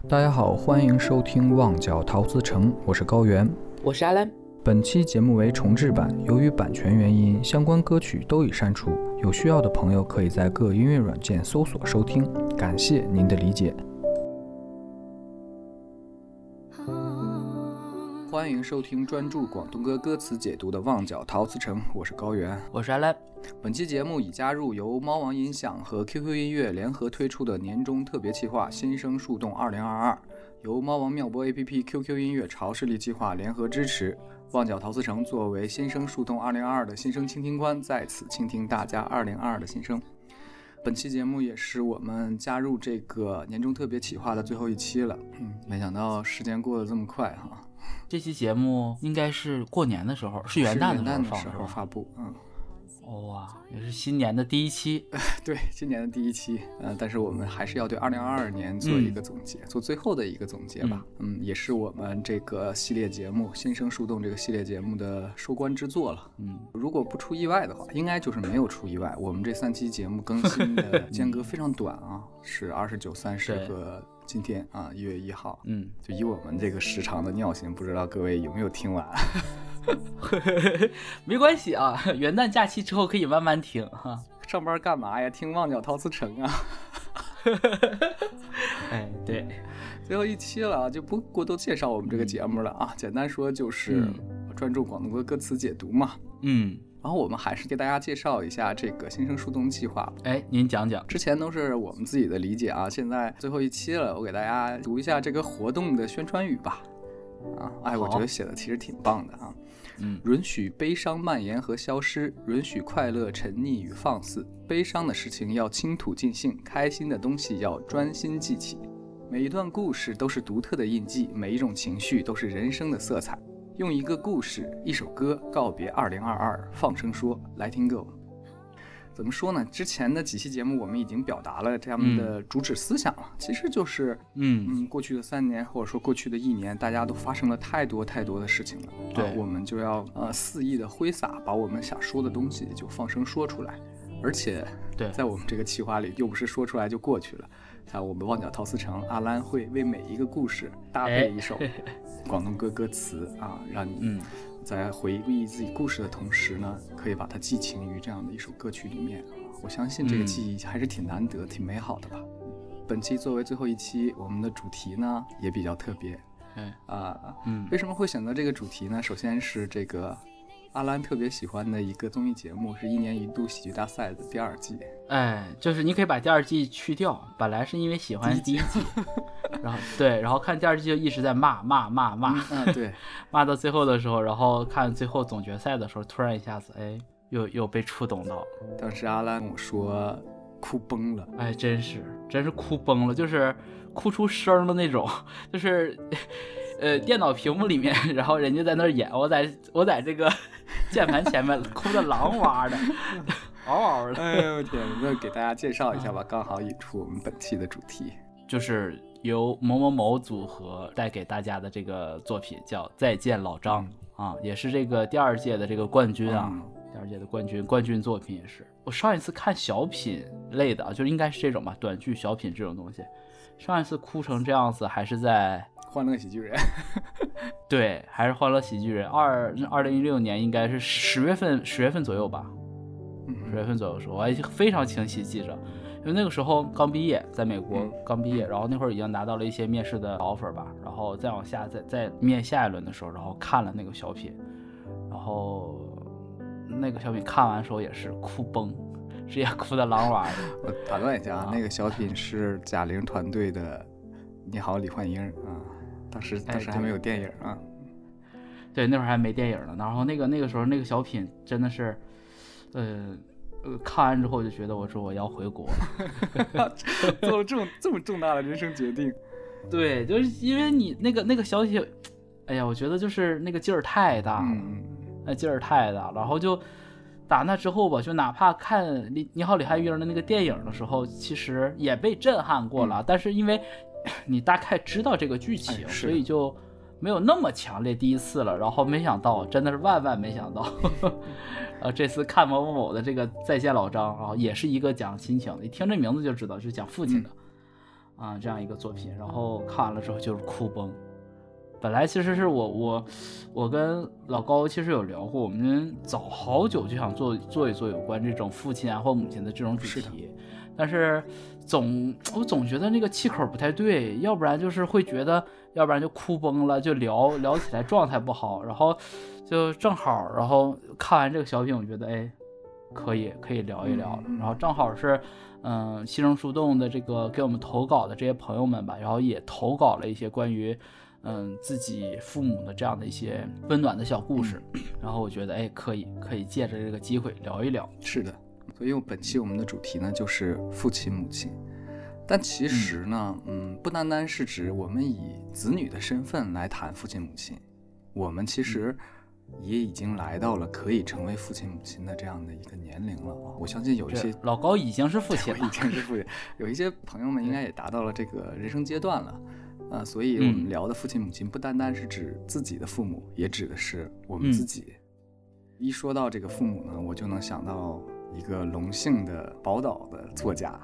大家好，欢迎收听旺角陶瓷城，我是高原， 我是阿兰。 本期节目为重制版，由于版权原因，相关歌曲都已删除，有需要的朋友可以在各音乐软件搜索收听，感谢您的理解。欢迎收听专注广东歌歌词解读的旺角陶瓷城，我是高原， 我是阿兰。 本期节目已加入由猫王音响和 QQ 音乐联合推出的年终特别企划新生树洞2022，由猫王妙播 APP、QQ 音乐潮视力计划联合支持。旺角陶瓷城作为新生树洞2022的新生倾听官，在此倾听大家2022的心声。本期节目也是我们加入这个年终特别企划的最后一期了，没想到时间过得这么快哈。 这期节目应该是过年的时候，是元旦的时候发布， 哇，也是新年的第一期。 对，今年的第一期，但是我们还是要对2022年做一个总结，做最后的一个总结吧。也是我们这个系列节目新生树洞这个系列节目的收官之作了。如果不出意外的话，应该就是没有出意外，我们这3期节目更新的间隔非常短啊，是29、30和今天啊1月1号。就以我们这个时长的尿性，不知道各位有没有听完。 没关系啊，元旦假期之后可以慢慢听哈。 上班干嘛呀？听旺角陶瓷城啊。 哎，对， 最后一期了，就不过多介绍我们这个节目了啊。简单说就是专注广东歌歌词解读嘛。然后我们还是给大家介绍一下这个新生树洞计划。 哎，您讲讲。 之前都是我们自己的理解啊，现在最后一期了，我给大家读一下这个活动的宣传语吧。我觉得写的其实挺棒的啊。允许悲伤蔓延和消失，允许快乐沉溺与放肆。悲伤的事情要倾吐尽兴，开心的东西要专心记起。每一段故事都是独特的印记，每一种情绪都是人生的色彩。用一个故事、一首歌告别2022，放声说，来听够。怎么说呢？之前的几期节目我们已经表达了这样的主旨思想了，其实就是过去的3年或者说过去的1年，大家都发生了太多的事情了。对，我们就要肆意的挥洒，把我们想说的东西就放声说出来。而且在我们这个企划里，又不是说出来就过去了。像我们旺角陶瓷城，阿兰会为每一个故事搭配一首广东歌歌词啊，让你在回忆自己故事的同时呢，可以把它寄情于这样的一首歌曲里面。我相信这个记忆还是挺难得、挺美好的吧。本期作为最后一期，我们的主题呢也比较特别。为什么会选择这个主题呢？首先是这个阿兰特别喜欢的一个综艺节目，是1年1度喜剧大赛的第2季。 就是你可以把第2季去掉，本来是因为喜欢第1季，然后看第2季就一直在骂， 对， 骂到最后的时候，然后看最后总决赛的时候，突然一下子又被触动到。 当时阿兰跟我说哭崩了， 真是哭崩了，就是哭出声的那种，就是电脑屏幕里面，然后人家在那儿演，我在这个键盘前面哭得狼哇的，嗷嗷的。 哎呦天，那给大家介绍一下吧，刚好引出我们本期的主题， 就是由某某某组合带给大家的这个作品叫《再见老张》也是这个第2届的这个冠军啊。第2届的冠军作品也是我上一次看小品类的就应该是这种吧，短剧小品这种东西。上一次哭成这样子还是在欢乐喜剧人。 对，还是欢乐喜剧人。2016年应该是10月份左右吧，10月份左右的时候，我还非常清晰记着，因为那个时候刚毕业，在美国刚毕业，然后那会儿已经拿到了一些面试的 offer 吧，然后再往下再面下一轮的时候，然后看了那个小品，然后那个小品看完的时候也是哭崩，直接哭的狼哇的。 我打断一下那个小品是贾玲团队的《你好，李焕英》当时还没有电影啊。 对，那会儿还没电影呢。然后那个时候那个小品真的是，看完之后就觉得我说我要回国了。 做了这么重大的人生决定。 对，就是因为你那个小品，我觉得就是那个劲儿太大了，那劲儿太大了。然后就打那之后吧，就哪怕看你好，李焕英的那个电影的时候，其实也被震撼过了，但是因为你大概知道这个剧情，所以就没有那么强烈第一次了。然后没想到，真的是万没想到，这次看某某某的这个再见老张也是一个讲亲情的，一听这名字就知道是讲父亲的。 啊这样一个作品，然后看完了之后就是哭崩。本来其实是我跟老高其实有聊过，我们早好久就想做一做有关这种父亲啊或母亲的这种主题，但是我总觉得那个气口不太对，要不然就是会觉得，要不然就哭崩了，就聊起来状态不好，然后就正好，然后看完这个小品，我觉得哎，可以聊一聊，然后正好是西城树洞的这个给我们投稿的这些朋友们吧，然后也投稿了一些关于自己父母的这样的一些温暖的小故事，然后我觉得哎，可以借着这个机会聊一聊。 是的。所以本期我们的主题呢就是父亲母亲，但其实呢不单单是指我们以子女的身份来谈父亲母亲，我们其实也已经来到了可以成为父亲母亲的这样的一个年龄了。我相信有一些老高已经是父亲了， 已经是父亲，有一些朋友们应该也达到了这个人生阶段了所以我们聊的父亲母亲不单单是指自己的父母，也指的是我们自己。一说到这个父母呢，我就能想到一个隆幸的宝岛的作家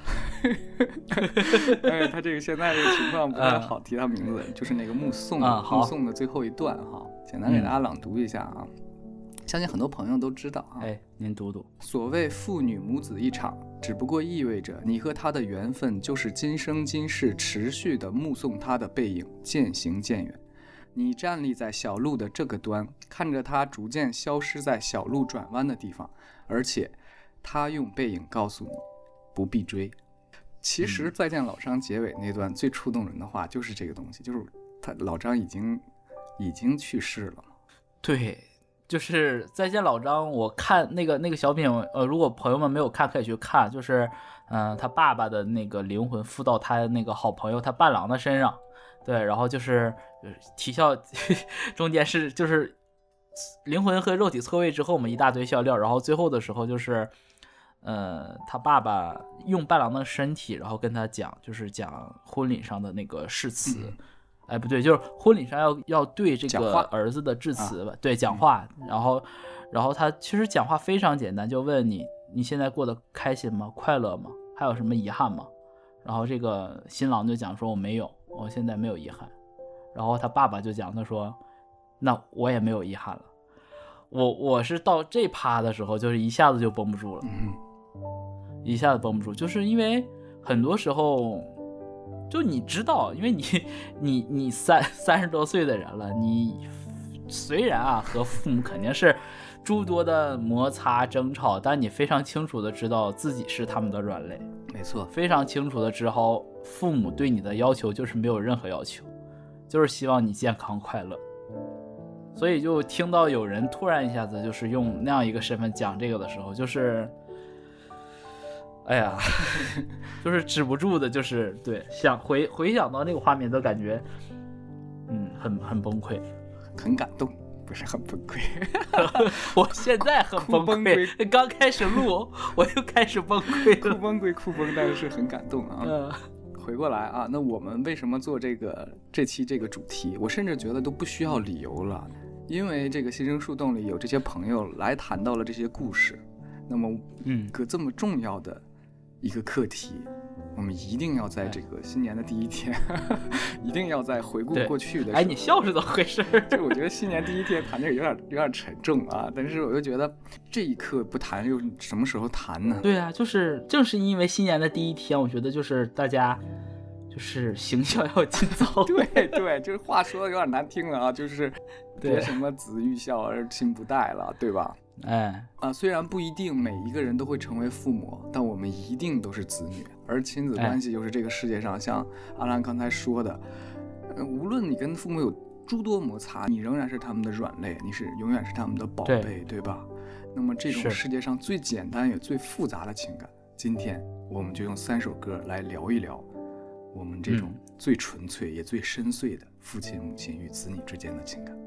他这个现在这个情况不太好提他名字就是那个目送的最后一段简单给大家朗读一下相信很多朋友都知道您读读。 所谓父女母子一场，只不过意味着你和他的缘分就是今生今世持续的目送他的背影渐行渐远。你站立在小路的这个端，看着他逐渐消失在小路转弯的地方，而且他用背影告诉你不必追。其实再见老张结尾那段最触动人的话就是这个东西，就是他老张已经去世了。 对，就是再见老张，我看那个小品如果朋友们没有看可以去看，就是他爸爸的那个灵魂附到他那个好朋友他伴郎的身上。对，然后就是啼笑中间是就是灵魂和肉体错位之后我们一大堆笑料，然后最后的时候就是他爸爸用伴郎的身体然后跟他讲，就是讲婚礼上的那个誓词哎不对，就是婚礼上要对这个儿子的致辞吧，对，讲话然后他其实讲话非常简单，就问你现在过得开心吗？快乐吗？还有什么遗憾吗？然后这个新郎就讲说我没有，我现在没有遗憾。然后他爸爸就讲，他说那我也没有遗憾了。我是到这趴的时候就是一下子就绷不住了，一下子绷不住，就是因为很多时候就你知道，因为你30多岁的人了，你虽然和父母肯定是诸多的摩擦争吵，但你非常清楚的知道自己是他们的软肋。 没错， 非常清楚的知道父母对你的要求就是没有任何要求，就是希望你健康快乐。所以就听到有人突然一下子就是用那样一个身份讲这个的时候，就是哎呀就是止不住的，就是对想回想到那个画面都感觉很崩溃， 很感动，不是很崩溃我现在很崩溃，刚开始录我就开始崩溃了， 哭崩，但是很感动回过来那我们为什么做这期这个主题？我甚至觉得都不需要理由了，因为这个新生树洞里有这些朋友来谈到了这些故事，那么个这么重要的一个课题，我们一定要在这个新年的第一天一定要在回顾过去的时候。 你笑是怎么回事？ 就我觉得新年第一天谈这个有点沉重但是我又觉得这一刻不谈又什么时候谈呢？ 对就是正是因为新年的第一天，我觉得就是大家就是行孝要尽早对，就是话说的有点难听了就是别什么子欲孝而亲不待了，对吧？虽然不一定每一个人都会成为父母，但我们一定都是子女，而亲子关系就是这个世界上像阿兰刚才说的无论你跟父母有诸多摩擦，你仍然是他们的软肋，你是永远是他们的宝贝， 对吧？那么这种世界上最简单也最复杂的情感，今天我们就用3首歌来聊一聊我们这种最纯粹也最深邃的父亲母亲与子女之间的情感。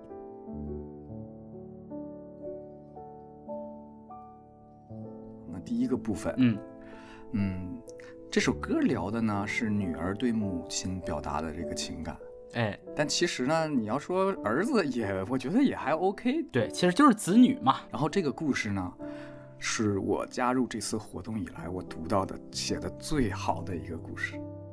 那第一个部分这首歌聊的呢是女儿对母亲表达的这个情感，但其实呢你要说儿子我觉得也还 OK， 对，其实就是子女嘛。 然后这个故事呢是我加入这次活动以来我读到的写的最好的一个故事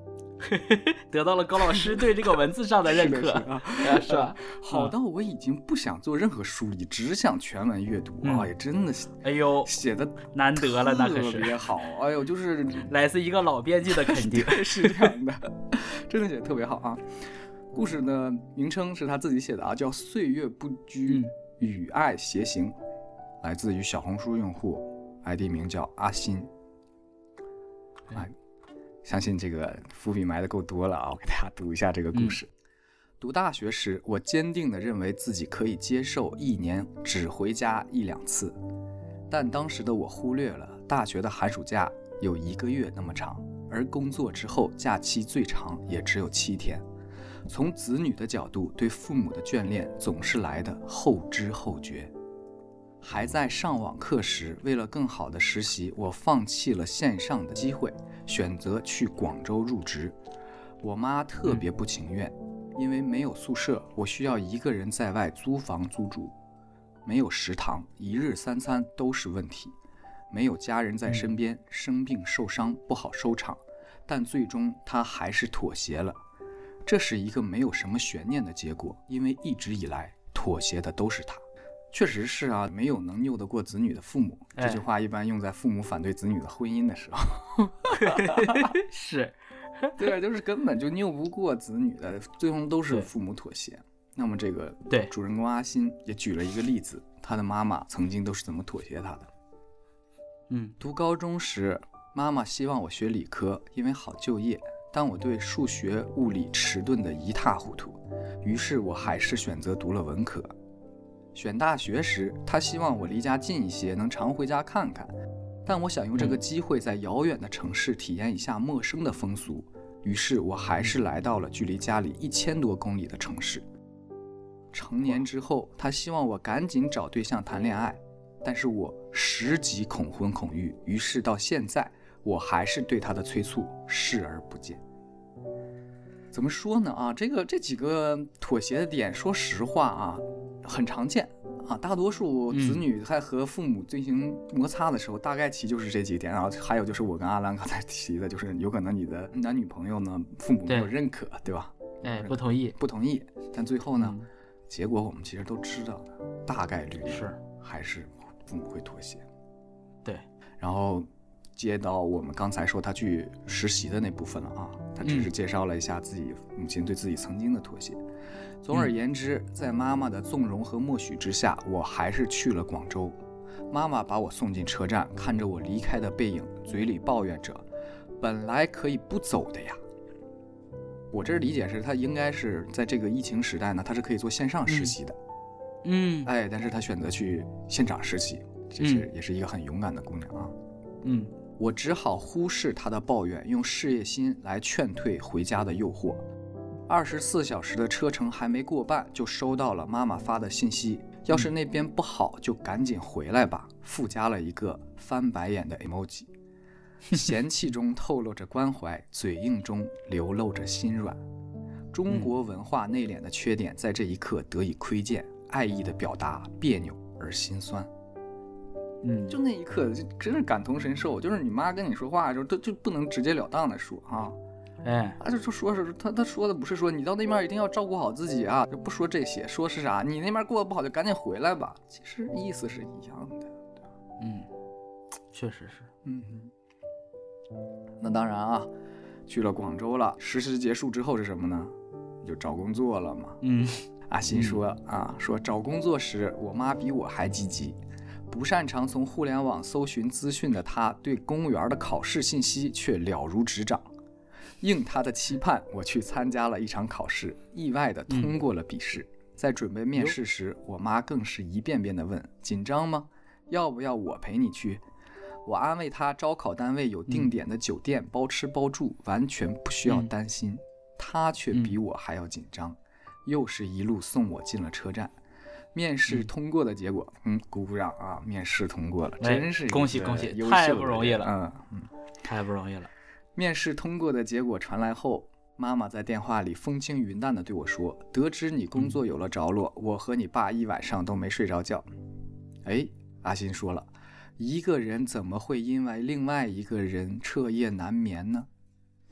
得到了高老师对这个文字上的认可，是吧？ 好到我已经不想做任何梳理，只想全文阅读啊！也真的， 哎呦， 写的难得了，那可是特别好。哎呦，就是来自一个老编辑的肯定， 是这样的，真的写的特别好啊。故事的名称是他自己写的啊，叫《岁月不居，与爱偕行》，来自于小红书用户 ，ID 名叫阿新。哎，相信这个伏笔埋的够多了啊！我给大家读一下这个故事。读大学时，我坚定地认为自己可以接受1年只回家1-2次，但当时的我忽略了大学的寒暑假有1个月那么长，而工作之后假期最长也只有7天。从子女的角度，对父母的眷恋总是来得后知后觉。还在上网课时，为了更好的实习，我放弃了线上的机会，选择去广州入职。我妈特别不情愿，因为没有宿舍，我需要一个人在外租房租住，没有食堂，1日3餐都是问题，没有家人在身边，生病受伤不好收场，但最终她还是妥协了。这是一个没有什么悬念的结果，因为一直以来妥协的都是她。确实是啊，没有能拗得过子女的父母，这句话一般用在父母反对子女的婚姻的时候。 是， 对，就是根本就拗不过子女的，最终都是父母妥协。那么这个主人公阿新也举了一个例子，他的妈妈曾经都是怎么妥协他的。读高中时，妈妈希望我学理科，因为好就业，但我对数学、物理迟钝得一塌糊涂，于是我还是选择读了文科。选大学时，他希望我离家近一些，能常回家看看，但我想用这个机会在遥远的城市体验一下陌生的风俗，于是我还是来到了距离家里1000多公里的城市。成年之后，他希望我赶紧找对象谈恋爱，但是我10级恐婚恐育，于是到现在我还是对他的催促视而不见。怎么说呢啊？这几个妥协的点，说实话啊，很常见啊。大多数子女在和父母进行摩擦的时候，大概其就是这几点。然后还有就是我跟阿兰刚才提的，就是有可能你的男女朋友呢，父母没有认可，对吧？ 不同意。但最后呢，结果我们其实都知道的，大概率是还是父母会妥协。 对， 然后接到我们刚才说他去实习的那部分了啊，他只是介绍了一下自己母亲对自己曾经的妥协。总而言之，在妈妈的纵容和默许之下，我还是去了广州。妈妈把我送进车站，看着我离开的背影，嘴里抱怨着：“本来可以不走的呀。”我这理解是，他应该是在这个疫情时代呢，他是可以做线上实习的。但是他选择去现场实习，这是也是一个很勇敢的姑娘啊。我只好忽视她的抱怨，用事业心来劝退回家的诱惑。24小时的车程还没过半，就收到了妈妈发的信息：要是那边不好，就赶紧回来吧。附加了一个翻白眼的 emoji， 嫌弃中透露着关怀，嘴硬中流露着心软。中国文化内敛的缺点在这一刻得以窥见，爱意的表达别扭而心酸。就那一刻真是感同身受，就是你妈跟你说话的时候，就不能直截了当的说啊，就说是他说的不是说你到那边一定要照顾好自己啊，就不说这些，说是啥，你那边过得不好就赶紧回来吧，其实意思是一样的，对吧？ 确实是。 那当然啊，去了广州了，实习结束之后是什么呢？就找工作了嘛。阿新说说找工作时，我妈比我还积极。不擅长从互联网搜寻资讯的他，对公务员的考试信息却了如指掌。应他的期盼，我去参加了一场考试，意外地通过了笔试。在准备面试时，我妈更是一遍遍地问：紧张吗？要不要我陪你去？我安慰她，招考单位有定点的酒店，包吃包住，完全不需要担心。她却比我还要紧张，又是一路送我进了车站。面试通过的结果，鼓鼓掌啊！面试通过了，真是恭喜，太不容易了，太不容易了。 面试通过的结果传来后，妈妈在电话里风轻云淡地对我说：“得知你工作有了着落，我和你爸一晚上都没睡着觉。”阿新说了，一个人怎么会因为另外一个人彻夜难眠呢？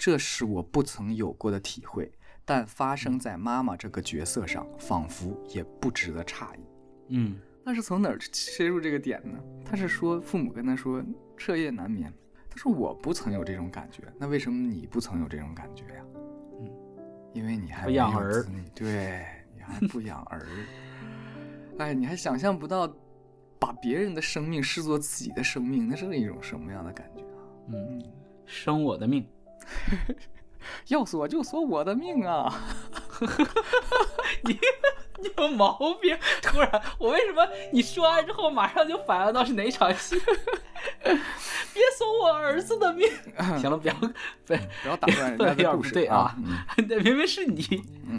这是我不曾有过的体会，但发生在妈妈这个角色上，仿佛也不值得诧异。那是从哪儿切入这个点呢？他是说父母跟他说彻夜难眠，他说我不曾有这种感觉，那为什么你不曾有这种感觉呀？因为你还没有养儿， 对，你还不养儿。哎，你还想象不到把别人的生命视作自己的生命，那是一种什么样的感觉啊？ 生我的命。 要锁就锁我的命啊！ 你有毛病！突然，我为什么你说完之后马上就反应到是哪场戏？别锁我儿子的命！行了，不要打断人家的故事。 对啊，明明是你。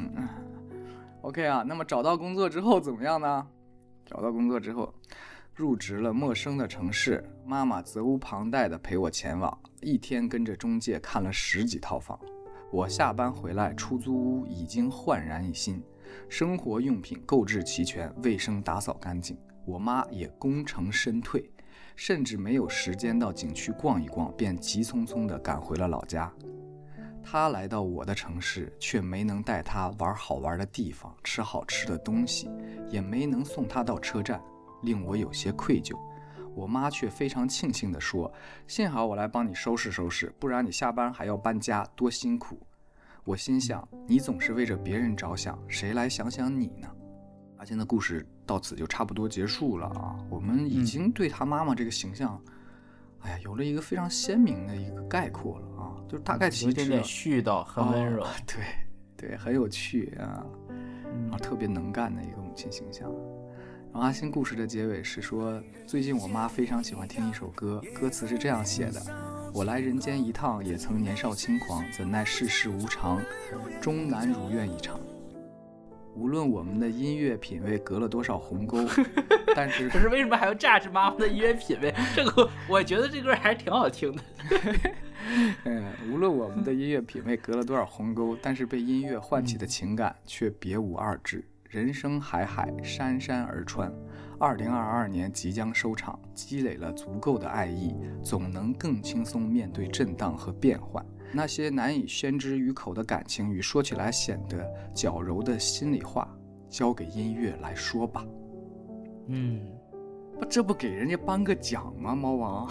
OK 啊，那么找到工作之后怎么样呢？找到工作之后，入职了陌生的城市，妈妈责无旁贷地陪我前往，一天跟着中介看了10几套房。我下班回来，出租屋已经焕然一新，生活用品购置齐全，卫生打扫干净。我妈也功成身退，甚至没有时间到景区逛一逛，便急匆匆地赶回了老家。她来到我的城市，却没能带她玩好玩的地方，吃好吃的东西，也没能送她到车站，令我有些愧疚。我妈却非常庆幸地说，幸好我来帮你收拾收拾，不然你下班还要搬家，多辛苦。我心想，你总是为着别人着想，谁来想想你呢？阿金的故事到此就差不多结束了啊。我们已经对他妈妈这个形象有了一个非常鲜明的一个概括了啊，就是大概其实有点絮叨，很温柔， 对，很有趣啊，特别能干的一个母亲形象。然后阿星故事的结尾是说，最近我妈非常喜欢听一首歌，歌词是这样写的：我来人间一趟，也曾年少轻狂，怎奈世事无常，终难如愿以偿。无论我们的音乐品味隔了多少鸿沟，但是可是为什么还要榨汁妈妈的音乐品味？这个我觉得这歌还是挺好听的。 无论我们的音乐品味隔了多少鸿沟，但是被音乐唤起的情感却别无二致。人生海海，山山而川。2022年即将收场，积累了足够的爱意，总能更轻松面对震荡和变幻。那些难以宣之于口的感情与说起来显得矫揉的心里话，交给音乐来说吧。这不给人家颁个奖吗？猫王。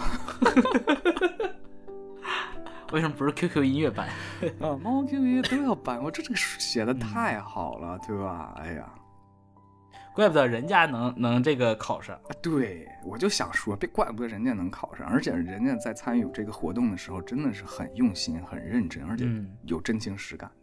为什么不是 QQ 音乐颁？ 猫王 QQ 音乐都要颁，我这个写的太好了，对吧？哎呀， 怪不得人家能这个考上。 对，我就想说，怪不得人家能考上，而且人家在参与这个活动的时候，真的是很用心、很认真，而且有真情实感。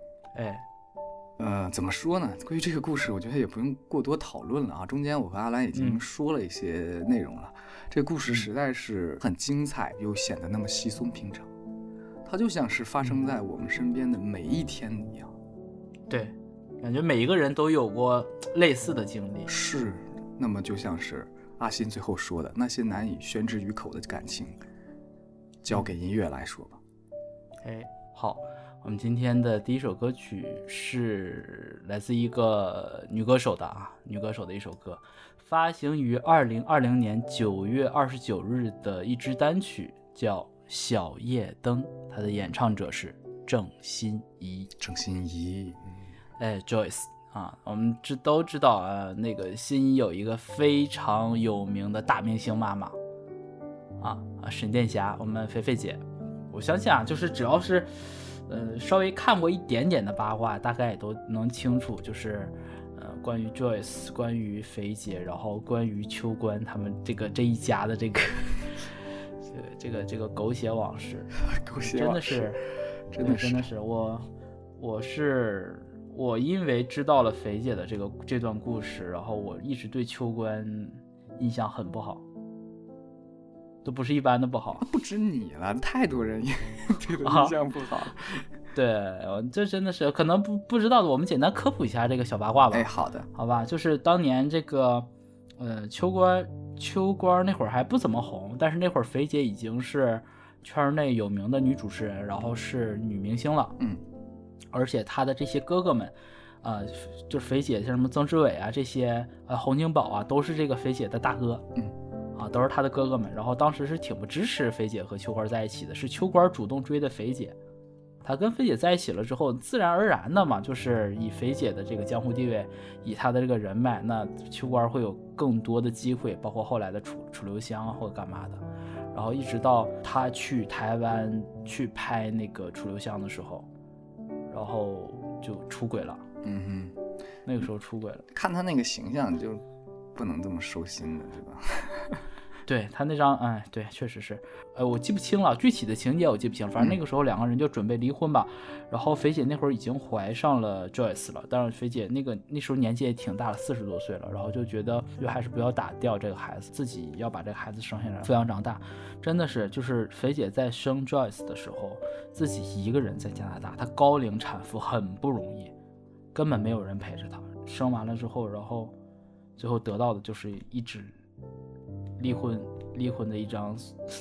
怎么说呢？关于这个故事，我觉得也不用过多讨论了啊。中间我和阿兰已经说了一些内容了。这个故事实在是很精彩，又显得那么稀松平常。它就像是发生在我们身边的每一天一样。 对，感觉每一个人都有过类似的经历。 是，那么就像是阿信最后说的，那些难以宣之于口的感情，交给音乐来说吧。 好，我们今天的第一首歌曲是来自一个女歌手的一首歌，发行于2020年9月29日的一支单曲，叫小夜灯，它的演唱者是郑欣宜。Joyce 啊，我们都知道啊，那个欣宜有一个非常有名的大明星妈妈沈殿霞，我们菲菲姐。我相信啊，就是只要是稍微看过一点点的八卦，大概也都能清楚，就是关于 Joyce， 关于菲姐，然后关于秋官他们这一家的这个狗血往事，真的是我因为知道了肥姐的这段故事，然后我一直对秋官印象很不好，都不是一般的不好。 不止你了，太多人对他印象不好。 对，这真的是可能不知道的，我们简单科普一下这个小八卦吧。 好的， 好吧，就是当年这个秋官那会儿还不怎么红，但是那会儿肥姐已经是圈内有名的女主持人，然后是女明星了。而且她的这些哥哥们就是肥姐像什么曾志伟啊，这些洪金宝啊，都是这个肥姐的大哥。都是她的哥哥们。然后当时是挺不支持肥姐和秋官在一起的，是秋官主动追的肥姐他跟菲姐在一起了之后，自然而然的嘛，就是以菲姐的这个江湖地位，以他的这个人脉，那秋官会有更多的机会，包括后来的楚留香或者干嘛的。然后一直到他去台湾去拍那个楚留香的时候，然后就出轨了。那个时候出轨了。 看他那个形象就不能这么收心的，对吧？ 对，他那张，对，确实是，我记不清了具体的情节，我记不清，反正那个时候两个人就准备离婚吧。然后菲姐那会儿已经怀上了 Joyce 了，但是菲姐那时候年纪也挺大了，40多岁了，然后就觉得就还是不要打掉这个孩子，自己要把这个孩子生下来，抚养长大。真的是，就是菲姐在生 Joyce 的时候，自己一个人在加拿大，她高龄产妇很不容易，根本没有人陪着她。生完了之后，然后最后得到的就是一纸离婚的一张，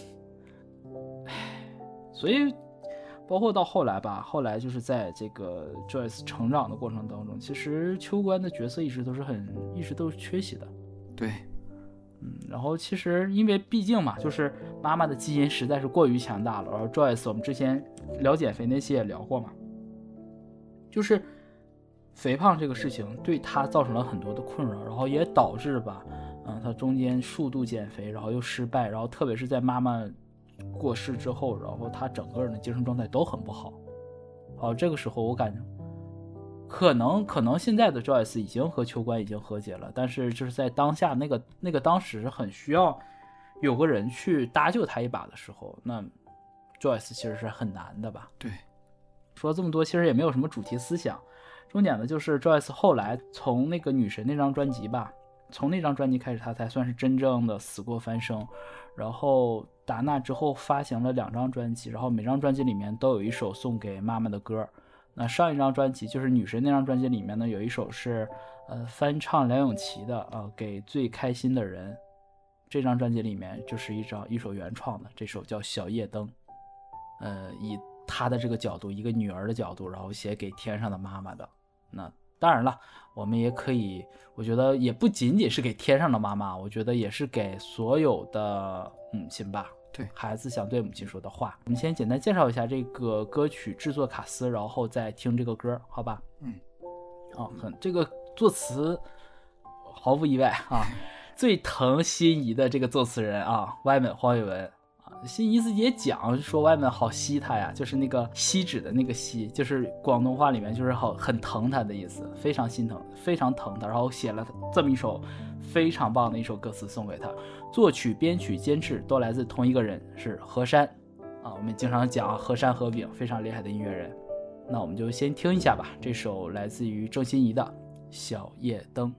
所以包括到后来吧，后来就是在这个 Joyce 成长的过程当中，其实秋官的角色一直都是缺席的。 对， 然后其实因为毕竟嘛，就是妈妈的基因实在是过于强大了，然后 Joyce 我们之前聊减肥那期也聊过嘛，就是肥胖这个事情对她造成了很多的困扰，然后也导致吧。他中间数度减肥，然后又失败，然后特别是在妈妈过世之后，然后他整个人的精神状态都很不好。这个时候我感觉可能现在的 Joyce 已经和秋官已经和解了，但是就是在当下那个当时很需要有个人去搭救他一把的时候，那 Joyce 其实是很难的吧。 对， 说这么多其实也没有什么主题思想，重点的就是 Joyce 后来从那个女神那张专辑吧，从那张专辑开始，他才算是真正的死过翻生。然后达纳之后发行了2张专辑，然后每张专辑里面都有一首送给妈妈的歌。那上一张专辑就是女神那张专辑里面呢，有一首是翻唱梁咏琪的给最开心的人。这张专辑里面就是一首原创的，这首叫小夜灯。以她的这个角度，一个女儿的角度，然后写给天上的妈妈的。那当然了，我们也可以，我觉得也不仅仅是给天上的妈妈，我觉得也是给所有的母亲吧。 对， 孩子想对母亲说的话。我们先简单介绍一下这个歌曲制作卡司，然后再听这个歌，好吧？这个作词毫无意外啊，最疼心仪的这个作词人啊，歪门黄伟文。心仪自己也讲说歪门好吸他呀，就是那个吸脂的那个吸，就是广东话里面就是很疼他的意思，非常心疼，非常疼他，然后写了这么一首非常棒的一首歌词送给他，作曲编曲监制都来自同一个人，是何山我们经常讲何山何炳，非常厉害的音乐人。那我们就先听一下吧，这首来自于郑欣宜的小夜灯。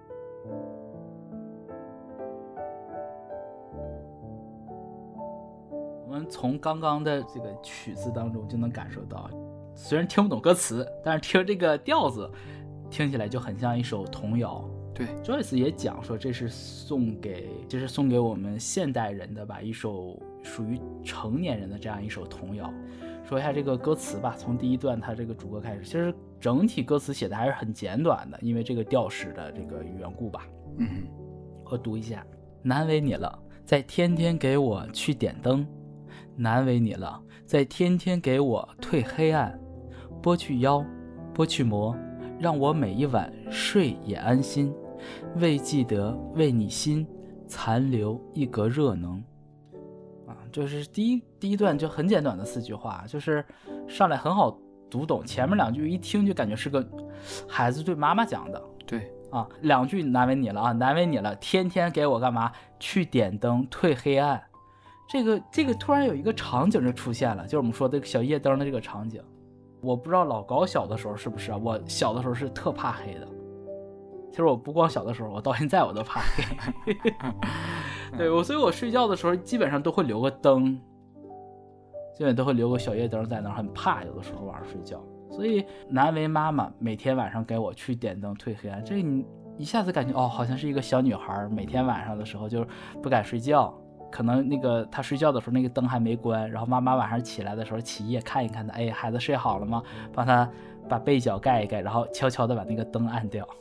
我们从刚刚的这个曲子当中就能感受到，虽然听不懂歌词，但是听这个调子听起来就很像一首童谣。 对， Joyce 也讲说这是送给我们现代人的吧，一首属于成年人的这样一首童谣。说一下这个歌词吧，从第一段它这个主歌开始，其实整体歌词写的还是很简短的，因为这个调式的这个缘故吧。我读一下：难为你了，再天天给我去点灯，难为你了，再天天给我退黑暗，拨去腰，拨去魔，让我每一晚睡也安心，为记得为你心残留一格热能。就是第一段就很简短的4句话，就是上来很好读懂，前面2句一听就感觉是个孩子对妈妈讲的。 对 2句难为你了难为你了，天天给我干嘛去点灯退黑暗。这个突然有一个场景就出现了，就是我们说的小夜灯的这个场景。我不知道老高小的时候是不是我小的时候是特怕黑的。其实我不光小的时候，我到现在我都怕黑。对，所以我睡觉的时候基本上都会留个灯，基本都会留个小夜灯在那儿，很怕有的时候晚上睡觉。所以难为妈妈每天晚上给我去点灯退黑暗，这你一下子感觉好像是一个小女孩每天晚上的时候就不敢睡觉，可能那个她睡觉的时候那个灯还没关，然后妈妈晚上起来的时候起夜看一看她，孩子睡好了吗？帮她把被角盖一盖，然后悄悄的把那个灯按掉。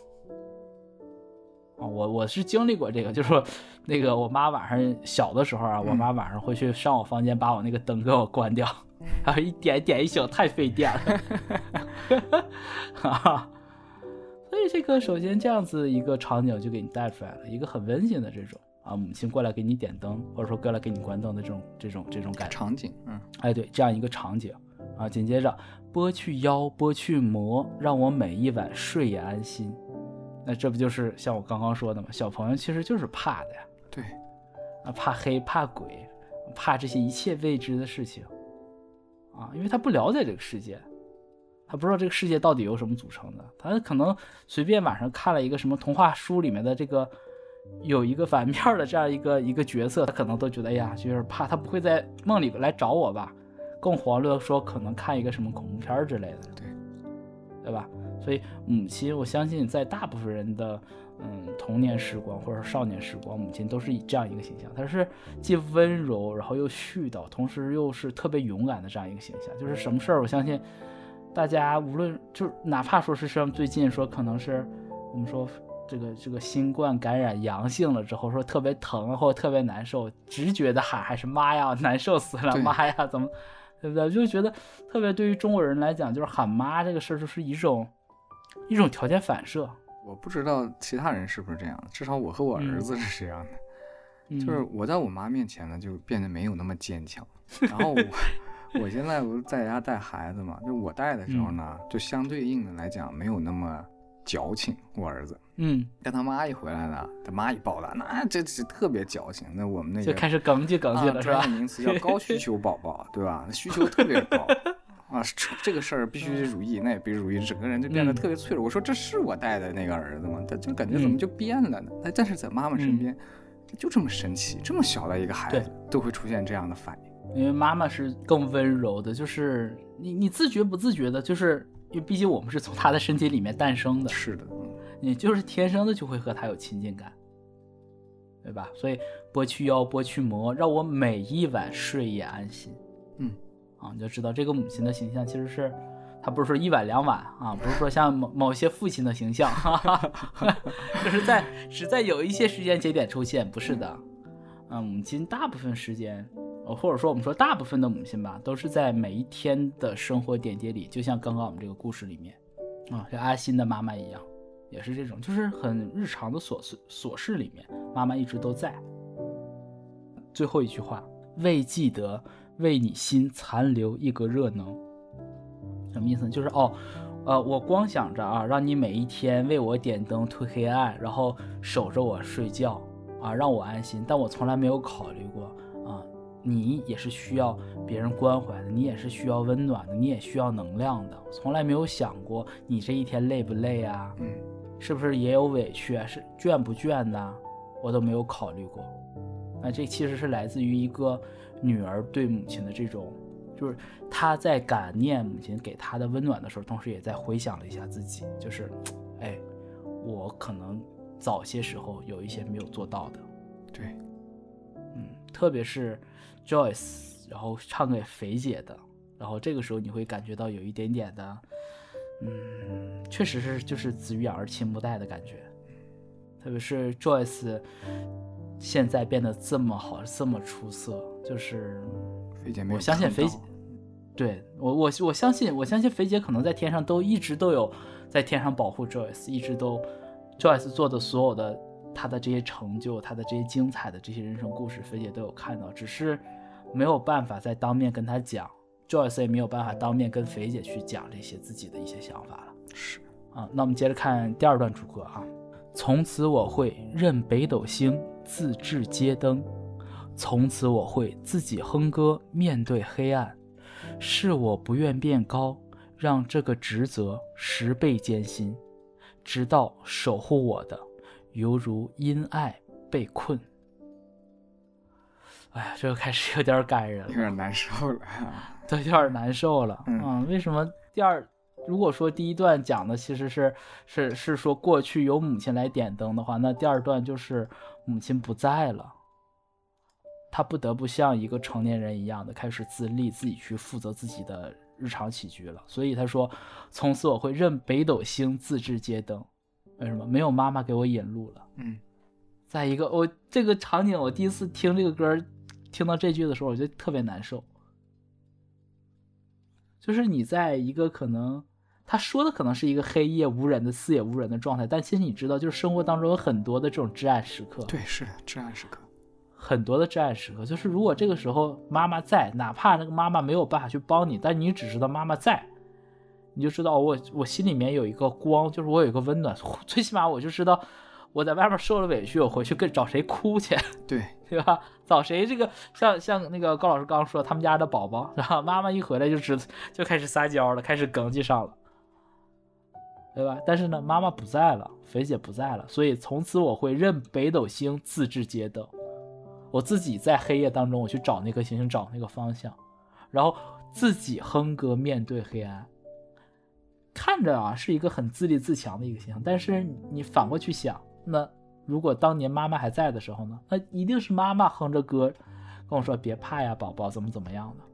我是经历过这个，就是说那个我妈晚上小的时候我妈晚上会去上我房间把我那个灯给我关掉。 还有点一宿太费电了。所以这个首先这样子一个场景就给你带出来了，一个很温馨的这种母亲过来给你点灯，或者说过来给你关灯的这种感觉场景。 对，这样一个场景紧接着拨去腰，拨去魔，让我每一晚睡也安心。那这不就是像我刚刚说的吗？小朋友其实就是怕的呀。 对怕黑，怕鬼，怕这些一切未知的事情因为他不了解这个世界，他不知道这个世界到底由什么组成的，他可能随便晚上看了一个什么童话书里面的这个有一个反面的这样一个角色，他可能都觉得就是怕他不会在梦里来找我吧，更遑论说可能看一个什么恐怖片之类的，对吧？所以母亲，我相信在大部分人的童年时光或者少年时光，母亲都是以这样一个形象，她是既温柔然后又絮叨，同时又是特别勇敢的这样一个形象。就是什么事儿，我相信大家无论就是哪怕说是像最近说可能是我们说这个新冠感染阳性了之后说特别疼或者特别难受，直觉的喊还是妈呀难受死了，妈呀怎么，对不对？就觉得特别对于中国人来讲，就是喊妈这个事儿就是一种条件反射。 我不知道其他人是不是这样，至少我和我儿子是这样的。就是我在我妈面前呢就变得没有那么坚强，然后我现在不是在家带孩子嘛，就我带的时候呢就相对应的来讲没有那么矫情。我儿子跟他妈一回来呢，他妈一抱他，那这特别矫情。那我们那个就开始哽叽了，是吧？ 专业名词叫高需求宝宝，对吧？需求特别高这个事儿必须如意，那也必须如意，整个人就变得特别脆弱。我说这是我带的那个儿子吗？他就感觉怎么就变了呢？但是在妈妈身边就这么神奇，这么小的一个孩子都会出现这样的反应。 因为妈妈是更温柔的，就是你自觉不自觉的，就是因为毕竟我们是从他的身体里面诞生的， 是的， 你就是天生的就会和他有亲近感，对吧？所以拨去腰，拨去魔，让我每一晚睡也安心。你就知道这个母亲的形象其实是，他不是说一晚两晚不是说像某些父亲的形象，就是只在有一些时间节点出现，不是的。母亲大部分时间，或者说我们说大部分的母亲吧，都是在每一天的生活点滴里，就像刚刚我们这个故事里面像阿欣的妈妈一样，也是这种，就是很日常的琐事里面，妈妈一直都在。最后一句话，未记得为你心残留一格热能，什么意思呢？就是我光想着让你每一天为我点灯推黑暗，然后守着我睡觉让我安心，但我从来没有考虑过你也是需要别人关怀的，你也是需要温暖的，你也需要能量的，从来没有想过你这一天累不累啊？是不是也有委屈啊？是倦不倦呢？我都没有考虑过。这其实是来自于一个女儿对母亲的这种，就是她在感念母亲给她的温暖的时候，同时也在回想了一下自己，就是我可能早些时候有一些没有做到的。 对， 特别是 Joyce 然后唱给肥姐的，然后这个时候你会感觉到有一点点的确实是就是子欲养而亲不待的感觉。特别是 Joyce 现在变得这么好，这么出色，就是肥姐没有， 我相信肥姐，对，我相信肥姐可能在天上一直都有在天上保护 Joyce， 一直都 Joyce 做的所有的她的这些成就，她的这些精彩的这些人生故事，肥姐都有看到，只是没有办法在当面跟她讲， Joyce 也没有办法当面跟肥姐去讲这些自己的一些想法了。 是那我们接着看第二段主歌从此我会任北斗星自制街灯，从此我会自己哼歌面对黑暗，是我不愿变高，让这个职责10倍艰辛，直到守护我的犹如因爱被困。这个开始有点感人了， 有点难受了对，有点难受了为什么如果说第一段讲的其实是说过去由母亲来点灯的话，那第二段就是母亲不在了，他不得不像一个成年人一样的开始自立，自己去负责自己的日常起居了。所以他说从此我会任北斗星自制街灯，为什么？没有妈妈给我引路了。再一个这个场景，我第一次听这个歌听到这句的时候我就特别难受， 就是你在一个可能他说的可能是一个黑夜无人的四野无人的状态，但其实你知道就是生活当中有很多的这种至暗时刻。 对，是的，至暗时刻， 很多的至暗时刻，就是如果这个时候妈妈在，哪怕那个妈妈没有办法去帮你，但你只知道妈妈在，你就知道我心里面有一个光，就是我有一个温暖，最起码我就知道我在外面受了委屈，我回去找谁哭去，对吧？找谁这个像那个高老师刚刚说他们家的宝宝，然后妈妈一回来就开始撒娇了，开始哽叽上了，对吧？但是呢，妈妈不在了，肥姐不在了，所以从此我会任北斗星自制街灯，我自己在黑夜当中我去找那颗星星，找那个方向，然后自己哼歌面对黑暗。看着啊是一个很自立自强的一个形象，但是你反过去想，那如果当年妈妈还在的时候呢，那一定是妈妈哼着歌跟我说别怕呀宝宝怎么样的。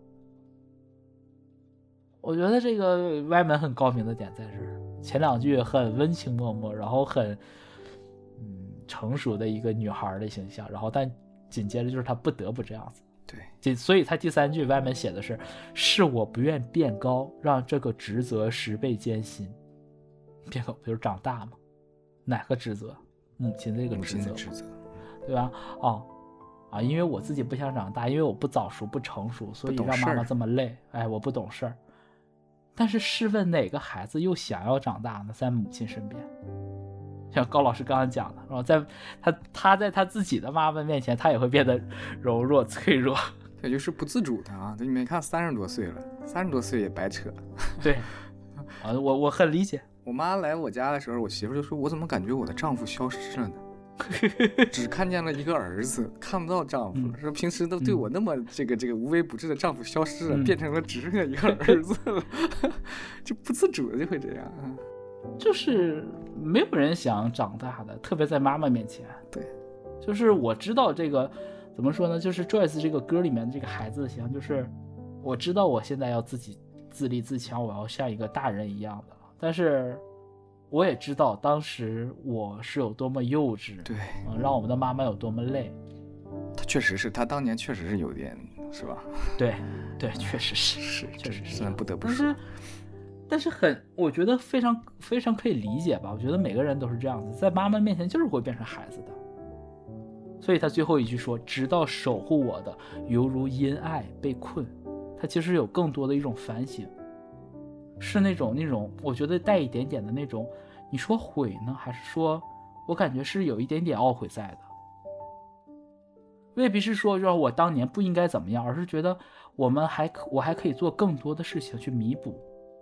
我觉得这个歪门很高明的点在这儿，前两句很温情脉脉，然后很成熟的一个女孩的形象，然后但紧接着就是她不得不这样子。对，所以他第三句歪门写的是我不愿变高，让这个职责10倍艰辛。变高不就是长大吗？哪个职责？母亲这个职责，对吧？因为我自己不想长大，因为我不早熟不成熟，所以让妈妈这么累。哎，我不懂事儿。但是试问哪个孩子又想要长大呢？在母亲身边，像高老师刚刚讲的，然后在他在他自己的妈妈面前，他也会变得柔弱脆弱。 对，就是不自主的啊！你没看30多岁了，30多岁也白扯。 对，我很理解。 我妈来我家的时候，我媳妇就说：“我怎么感觉我的丈夫消失了呢？只看见了一个儿子，看不到丈夫。说平时都对我那么这个无微不至的丈夫消失了，变成了只剩下一个儿子了，就不自主的就会这样。” 就是没有人想长大的，特别在妈妈面前。 对， 就是我知道这个怎么说呢？就是 Joyce 这个歌里面的这个孩子的形象，就是我知道我现在要自己自立自强，我要像一个大人一样的，但是我也知道当时我是有多么幼稚， 对， 让我们的妈妈有多么累。 他确实是，他当年确实是有点，是吧？ 对，确实是，确实是， 虽然不得不说。 但是我觉得非常非常可以理解吧。我觉得每个人都是这样子，在妈妈面前就是会变成孩子的。所以他最后一句说：“直到守护我的，犹如因爱被困。”他其实有更多的一种反省，是那种我觉得带一点点的那种，你说悔呢，还是说我感觉是有一点点懊悔在的。未必是说我当年不应该怎么样，而是觉得我还可以做更多的事情去弥补。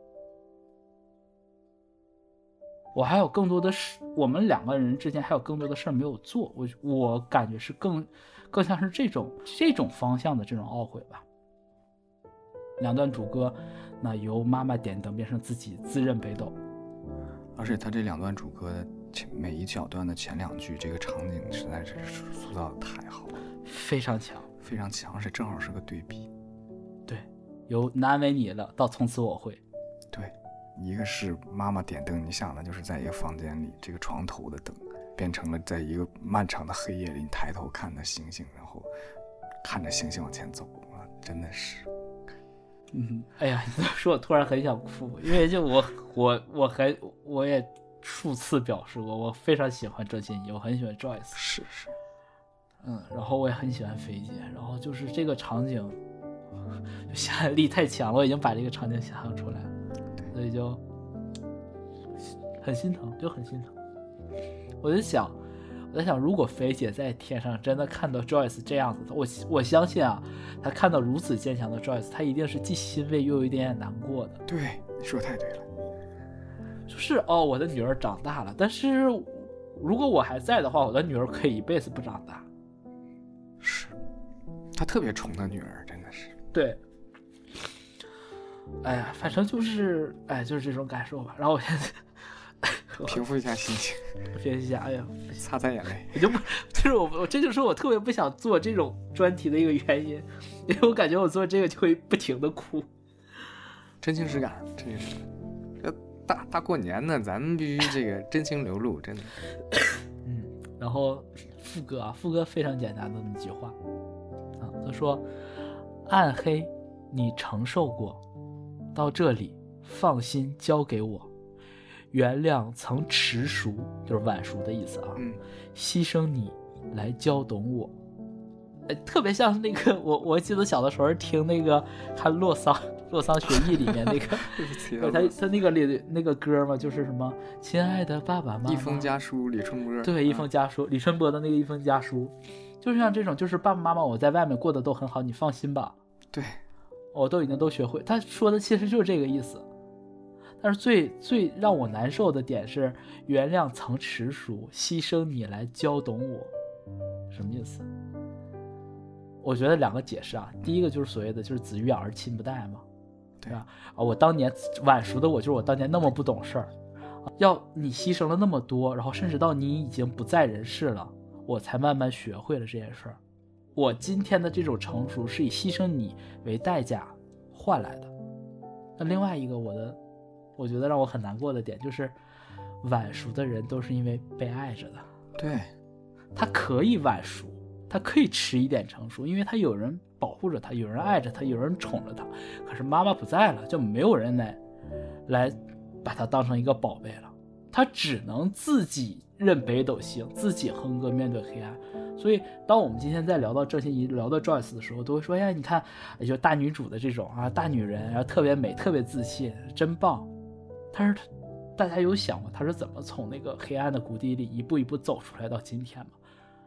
我还有更多的事，我们两个人之间还有更多的事没有做，我感觉是更像是这种方向的这种懊悔吧。两段主歌，那由妈妈点灯变成自己自认北斗。 而且他这两段主歌的每一小段的前2句，这个场景实在是塑造的太好了， 非常强， 非常强，而且正好是个对比。 对，由难为你了到从此我会。 对。一个是妈妈点灯，你想的就是在一个房间里，这个床头的灯变成了在一个漫长的黑夜里，你抬头看着星星，然后看着星星往前走啊，真的是。 哎呀，你这么说我突然很想哭，因为就我也数次表示过，我非常喜欢郑欣宜，我很喜欢 Joyce， 是， 然后我也很喜欢肥姐，然后就是这个场景，想象力太强了，我已经把这个场景想象出来了。所以就很心疼，我在想，如果肥姐在天上真的看到 Joyce 这样子，我相信啊，她看到如此坚强的 Joyce， 她一定是既欣慰又有一点点难过的。 对，你说太对了。 就是我的女儿长大了，但是如果我还在的话，我的女儿可以一辈子不长大。 是，她特别宠她女儿，真的是。 对。哎呀，反正就是就是这种感受吧。然后我现在平复一下心情， 平复一下。哎呀， 擦擦眼泪。 这就是我特别不想做这种专题的一个原因，因为我感觉我做这个就会不停的哭。 真情实感，这大过年的，咱们必须这个真情流露，真的。 然后副歌非常简单的那句话他说：“暗黑，你承受过。 到这里，放心交给我。原谅曾迟熟，就是晚熟的意思啊。牺牲你来教懂我。特别像那个我记得小的时候听那个看洛桑学艺里面那个他那个里那个歌嘛，就是什么亲爱的爸爸妈妈， 一封家书李春波。 对，一封家书，李春波的那个一封家书，就是像这种，就是爸爸妈妈我在外面过得都很好，你放心吧。 对， 我都已经都学会。他说的其实就是这个意思。但是最让我难受的点是原谅曾迟熟，牺牲你来教懂我。什么意思？我觉得两个解释啊。第一个就是所谓的就是子欲养而亲不待嘛，对吧？我当年晚熟的我，就是我当年那么不懂事儿，要你牺牲了那么多，然后甚至到你已经不在人世了，我才慢慢学会了这件事儿。我今天的这种成熟是以牺牲你为代价换来的。那另外一个我觉得让我很难过的点就是晚熟的人都是因为被爱着的。 对， 他可以晚熟，他可以迟一点成熟，因为他有人保护着他，有人爱着他，有人宠着他。可是妈妈不在了，就没有人来把他当成一个宝贝了，他只能自己认北斗星，自己哼歌面对黑暗。所以当我们今天在聊到郑欣宜，聊到 Joyce 的时候，都会说，哎呀，你看就大女主的这种啊，大女人，然后特别美，特别自信，真棒。但是大家有想过她是怎么从那个黑暗的谷底里一步一步走出来到今天吗？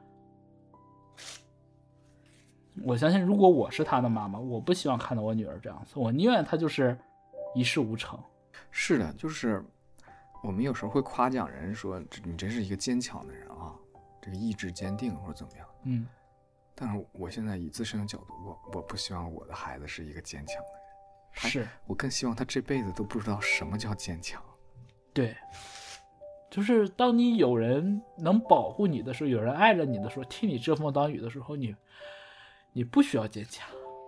我相信如果我是她的妈妈，我不希望看到我女儿这样子，我宁愿她就是一事无成。 是的，就是我们有时候会夸奖人说你真是一个坚强的人啊，这个意志坚定或者怎么样。但是我现在以自身的角度，我不希望我的孩子是一个坚强的人。 是， 我更希望他这辈子都不知道什么叫坚强。 对，就是当你有人能保护你的时候，有人爱着你的时候，替你遮风挡雨的时候，你不需要坚强。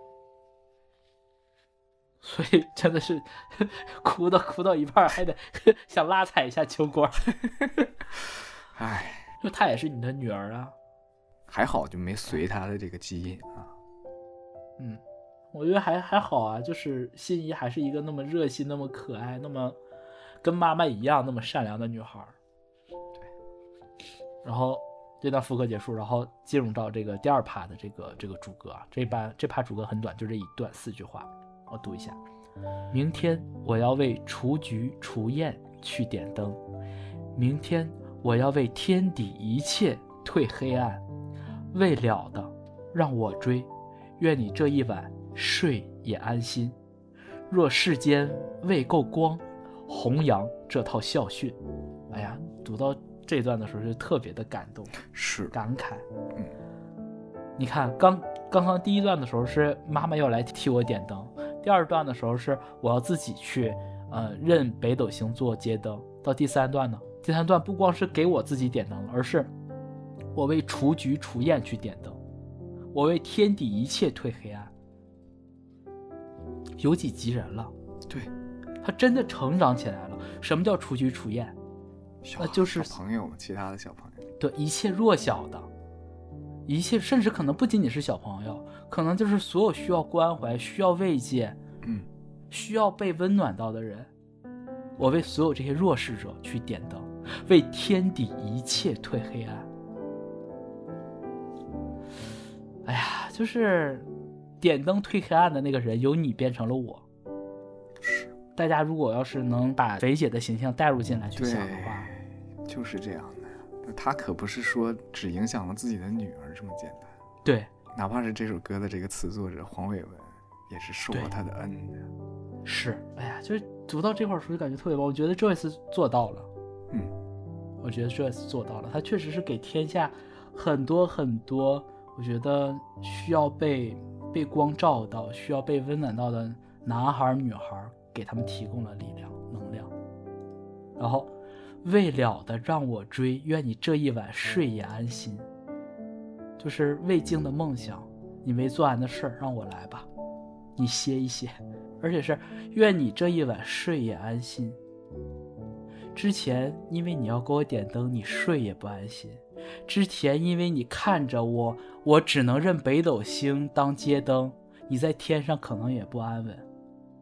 所以真的是哭到一半还得想拉踩一下秋官。 哎， 就她也是你的女儿啊， 还好就没随她的这个基因啊。 我觉得还好啊，就是欣宜还是一个那么热心、那么可爱、那么跟妈妈一样那么善良的女孩。对。然后这段副歌结束，然后进入到这个第二趴的这个主歌啊，这趴主歌很短，就这一段4句话，我读一下。明天我要为雏菊雏燕去点灯，明天我要为天底一切退黑暗，未了的让我追，愿你这一晚睡也安心。若世间未够光，弘扬这套校训。哎呀，读到这段的时候就特别的感动， 是感慨。你看刚刚第一段的时候是妈妈要来替我点灯，第二段的时候是我要自己去认北斗星做街灯，到第三段呢，第三段不光是给我自己点灯了，而是我为雏菊雏燕去点灯，我为天底一切退黑暗。有己及人了， 对， 他真的成长起来了。什么叫雏菊雏燕？那就是小朋友，其他的小朋友， 对，一切弱小的，一切甚至可能不仅仅是小朋友，可能就是所有需要关怀、需要慰藉、需要被温暖到的人。我为所有这些弱势者去点灯，为天底一切退黑暗。哎呀，就是点灯退黑暗的那个人，由你变成了我。 是， 大家如果要是能把肥姐的形象带入进来去想的话， 就是这样的。他可不是说只影响了自己的女儿这么简单。 对， 哪怕是这首歌的这个词作者黄伟文，也是受过他的恩的。 是，哎呀，就是读到这块儿时候就感觉特别棒。我觉得 Joyce 做到了。我觉得 Joyce 做到了，他确实是给天下很多很多，我觉得需要被光照到、需要被温暖到的男孩女孩，给他们提供了力量、能量。然后未了的让我追，愿你这一晚睡也安心。就是未尽的梦想，你没做完的事儿，让我来吧，你歇一歇。而且是愿你这一晚睡也安心。之前因为你要给我点灯，你睡也不安心。之前因为你看着我只能认北斗星当街灯，你在天上可能也不安稳。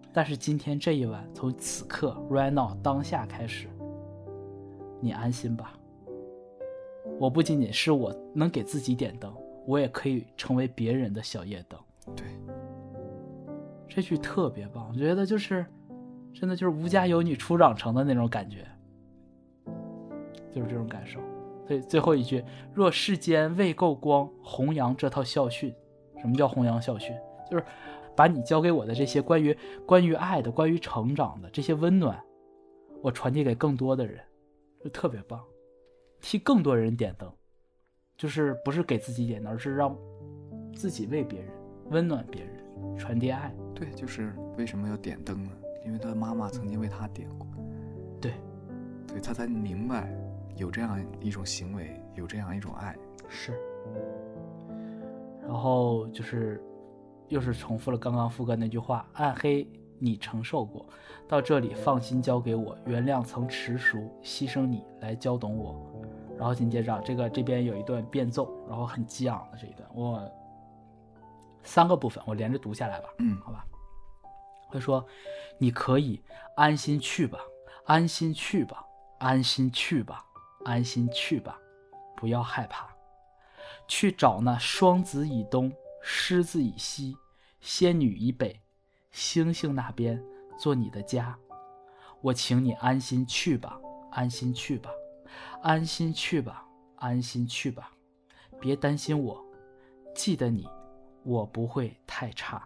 但是今天这一晚，从此刻 right now 当下开始，你安心吧。我不仅仅是我能给自己点灯，我也可以成为别人的小夜灯。 对， 这句特别棒，我觉得就是真的就是吾家有女初长成的那种感觉，就是这种感受。所以最后一句，若世间未够光，弘扬这套校训。什么叫弘扬校训？就是把你教给我的这些关于爱的、关于成长的这些温暖，我传递给更多的人，就特别棒。替更多人点灯，就是不是给自己点灯，而是让自己为别人温暖别人，传递爱。 对，就是为什么要点灯呢？因为他妈妈曾经为他点过。 对， 所以他才明白有这样一种行为，有这样一种爱。 是。然后就是又是重复了刚刚副歌那句话，暗黑你承受过，到这里放心交给我，原谅曾迟熟，牺牲你来教懂我。然后紧接着这边有一段变奏，然后很激昂的这一段，我3个部分我连着读下来吧。好吧。他说，你可以安心去吧，安心去吧，安心去吧，安心去吧，不要害怕，去找那双子以东，狮子以西，仙女以北，星星那边做你的家。我请你安心去吧，安心去吧，安心去吧，安心去吧，别担心我，记得你，我不会太差。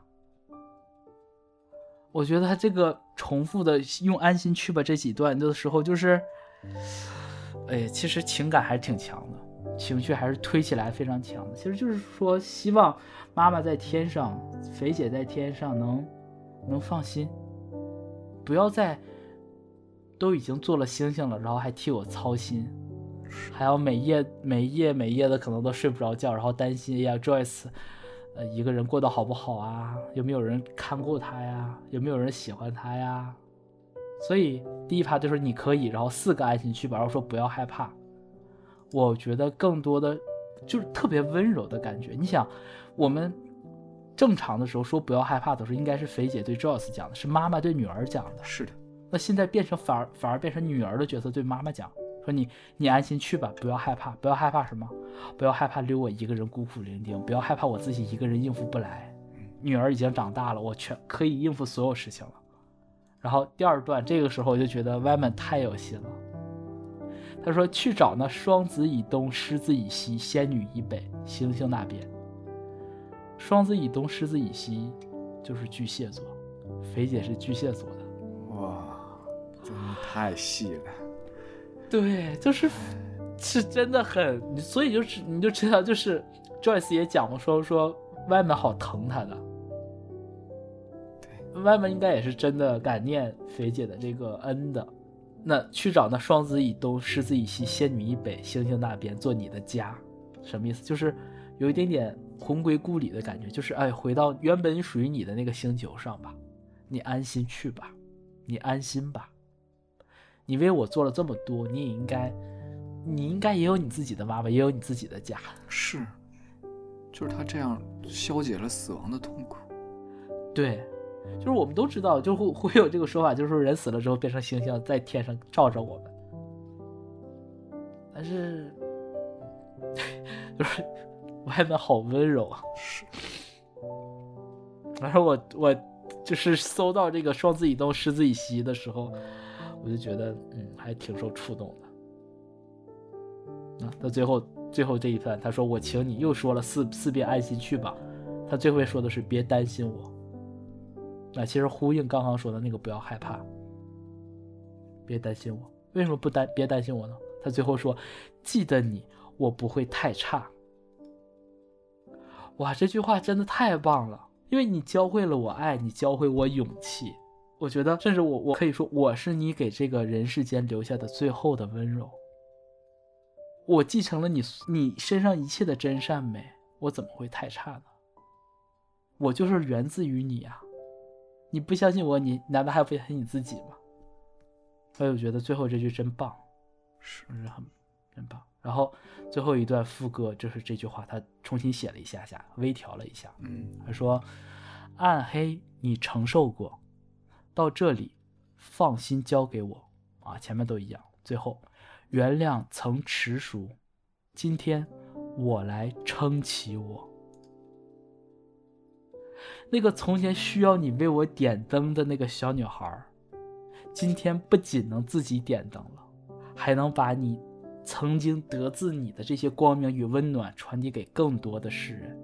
我觉得他这个重复的用安心去吧这几段的时候，就是其实情感还是挺强的，情绪还是推起来非常强的。其实就是说希望妈妈在天上，肥姐在天上能放心，不要再都已经做了星星了，然后还替我操心，还要每夜的可能都睡不着觉，然后担心呀 Joyce一个人过得好不好啊，有没有人看顾他呀，有没有人喜欢他呀。所以第一趴就是你可以，然后4个安心去吧，然后说不要害怕。我觉得更多的就是特别温柔的感觉。你想我们正常的时候说不要害怕的时候，应该是肥姐对 Joyce 讲的，是妈妈对女儿讲的。 是的。 那现在变成反而变成女儿的角色对妈妈讲，说你安心去吧，不要害怕。不要害怕什么？不要害怕留我一个人孤苦伶仃，不要害怕我自己一个人应付不来。女儿已经长大了，我全可以应付所有事情了。然后第2段这个时候我就觉得 Wyman 太有心了。他说去找那双子以东，狮子以西，仙女以北，星星那边。双子以东，狮子以西就是巨蟹座，肥姐是巨蟹座的。 哇，真的太细了。 对，是真的很，所以你就知道，就是 Joyce 也讲过说Wyman 好疼他的。对，Wyman 应该也是真的感念肥姐的这个恩的。那去找那双子以东，狮子以西，仙女以北，星星那边做你的家，什么意思？就是有一点点魂归故里的感觉，就是回到原本属于你的那个星球上吧，你安心去吧，你安心吧，你为我做了这么多，你应该也有你自己的妈妈，也有你自己的家。 是，就是他这样消解了死亡的痛苦。 对，就是我们都知道，就会有这个说法，就是说人死了之后变成星星在天上照着我们，但是就是外面好温柔啊。 是。 然后我就是搜到这个双子以东，狮子以西的时候，我就觉得还挺受触动的。到最后这一段，他说我请你，又说了四遍安心去吧，他最后说的是别担心我。那其实呼应刚刚说的那个不要害怕，别担心我。为什么别担心我呢？他最后说记得你，我不会太差。哇，这句话真的太棒了，因为你教会了我爱，你教会我勇气。我觉得甚至我可以说，我是你给这个人世间留下的最后的温柔。我继承了你身上一切的真善美，我怎么会太差呢？我就是源自于你啊！你不相信我，你难道还不相信你自己吗？所以我觉得最后这句真棒，是真棒。然后最后一段副歌就是这句话，他重新写了一下，微调了一下。他说：暗黑你承受过， 到这里，放心交给我啊，前面都一样。最后，原谅曾迟熟，今天我来撑起我。那个从前需要你为我点灯的那个小女孩，今天不仅能自己点灯了，还能把你曾经得自你的这些光明与温暖传递给更多的世人。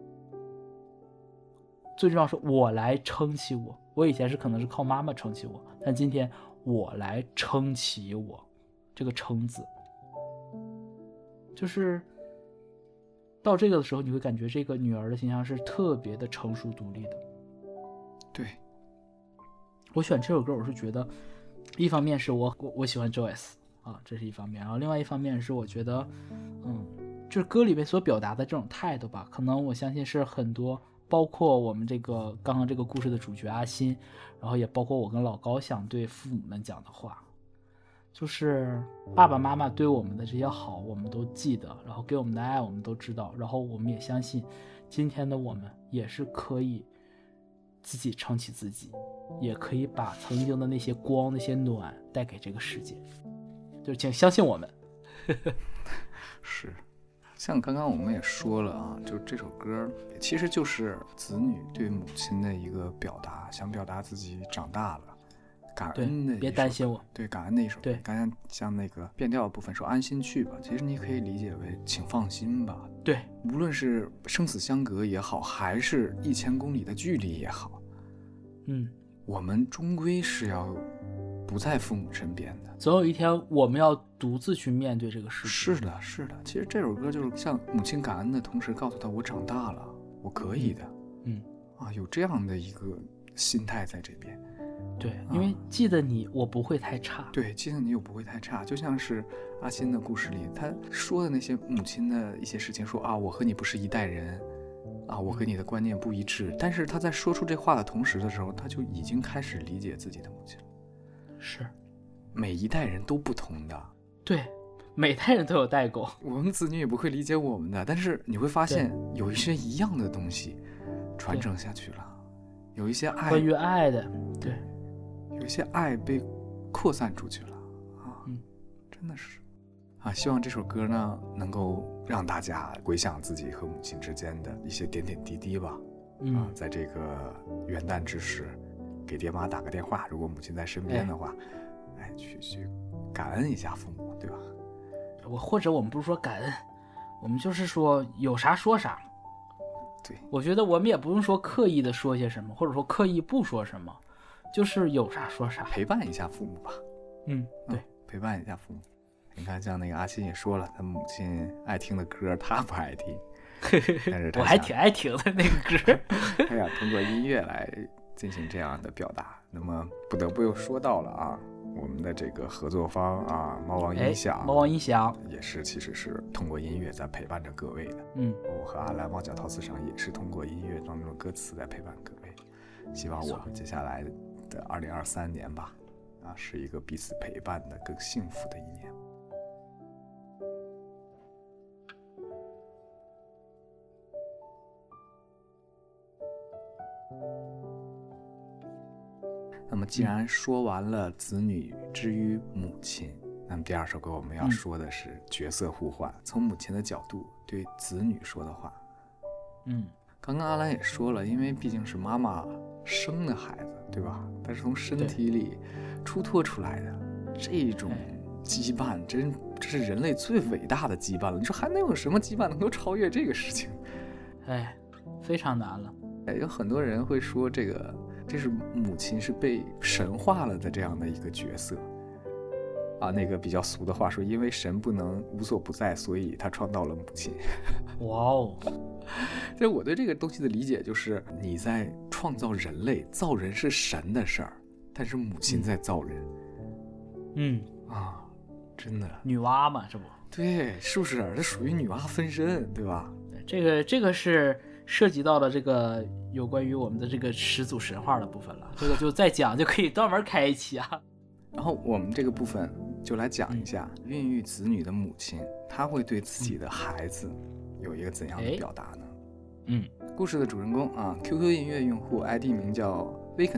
最重要是我来撑起我，我以前可能是靠妈妈撑起我，但今天我来撑起我。这个撑字就是到这个的时候，你会感觉这个女儿的形象是特别的成熟独立的。 对， 我选这首歌，我是觉得一方面是我喜欢 Joyce 啊，这是一方面，然后另外一方面是我觉得就是歌里面所表达的这种态度吧，可能我相信是很多，包括我们这个刚刚这个故事的主角阿新，然后也包括我跟老高想对父母们讲的话，就是爸爸妈妈对我们的这些好我们都记得，然后给我们的爱我们都知道，然后我们也相信今天的我们也是可以自己撑起自己，也可以把曾经的那些光那些暖带给这个世界，就是请相信我们。 是，像刚刚我们也说了啊，就这首歌其实就是子女对母亲的一个表达，想表达自己长大了，感恩的一首歌。 别担心我。 对，感恩的一首歌。 对， 刚才像那个变调的部分说安心去吧，其实你可以理解为请放心吧。 对， 无论是生死相隔也好，还是1000公里的距离也好，我们终归是要不在父母身边的， 总有一天我们要独自去面对这个世界。 是的，是的。其实这首歌就是向母亲感恩的同时，告诉她我长大了，我可以的。有这样的一个心态在这边。 对，因为记得你，我不会太差。 对，记得你，我不会太差。就像是阿新的故事里，他说的那些母亲的一些事情，说啊，我和你不是一代人，啊，我和你的观念不一致。但是他在说出这话的同时的时候，他就已经开始理解自己的母亲了。 是， 每一代人都不同的。 对，每代人都有代沟。 我们子女也不会理解我们的，但是你会发现有一些一样的东西传承下去了，有一些爱， 关于爱的，对， 有一些爱被扩散出去了啊，真的是啊，希望这首歌呢能够让大家回想自己和母亲之间的一些点点滴滴吧。在这个元旦之时，给爹妈打个电话，如果母亲在身边的话，去感恩一下父母，对吧？ 或者我们不是说感恩，我们就是说有啥说啥。 对， 我觉得我们也不用说刻意的说些什么，或者说刻意不说什么，就是有啥说啥， 陪伴一下父母吧。 对， 陪伴一下父母。你看，像那个阿新也说了，他母亲爱听的歌他不爱听，但是他我还挺爱听的那个歌。 他想通过音乐来进行这样的表达。那么不得不又说到了啊，我们的这个合作方啊，猫王音响， 猫王音响也是其实是通过音乐在陪伴着各位的。我和阿兰猫脚陶瓷上也是通过音乐当中的歌词在陪伴各位。希望我们接下来的2023年吧，是一个彼此陪伴的更幸福的一年。那么既然说完了子女之于母亲，那么第二首歌我们要说的是角色互换，从母亲的角度对子女说的话。刚刚阿兰也说了，因为毕竟是妈妈生的孩子，对吧？但是从身体里出脱出来的这种羁绊，这是人类最伟大的羁绊了。你说还能有什么羁绊能够超越这个事情？ 非常难了。 有很多人会说这是母亲是被神化了的这样的一个角色啊。那个比较俗的话说，因为神不能无所不在，所以他创造了母亲。 哇哦！ 所以我对这个东西的理解就是，你在创造人类，造人是神的事儿，但是母亲在造人。真的， 女娲嘛，这不对，是不是？这属于女娲分身，对吧？ 这个是涉及到了这个有关于我们的这个始祖神话的部分了，这个就再讲就可以专门开一期啊。 然后我们这个部分就来讲一下，孕育子女的母亲，她会对自己的孩子有一个怎样的表达呢？故事的主人公啊 ，QQ 音乐用户 ID 名叫 Vacancy，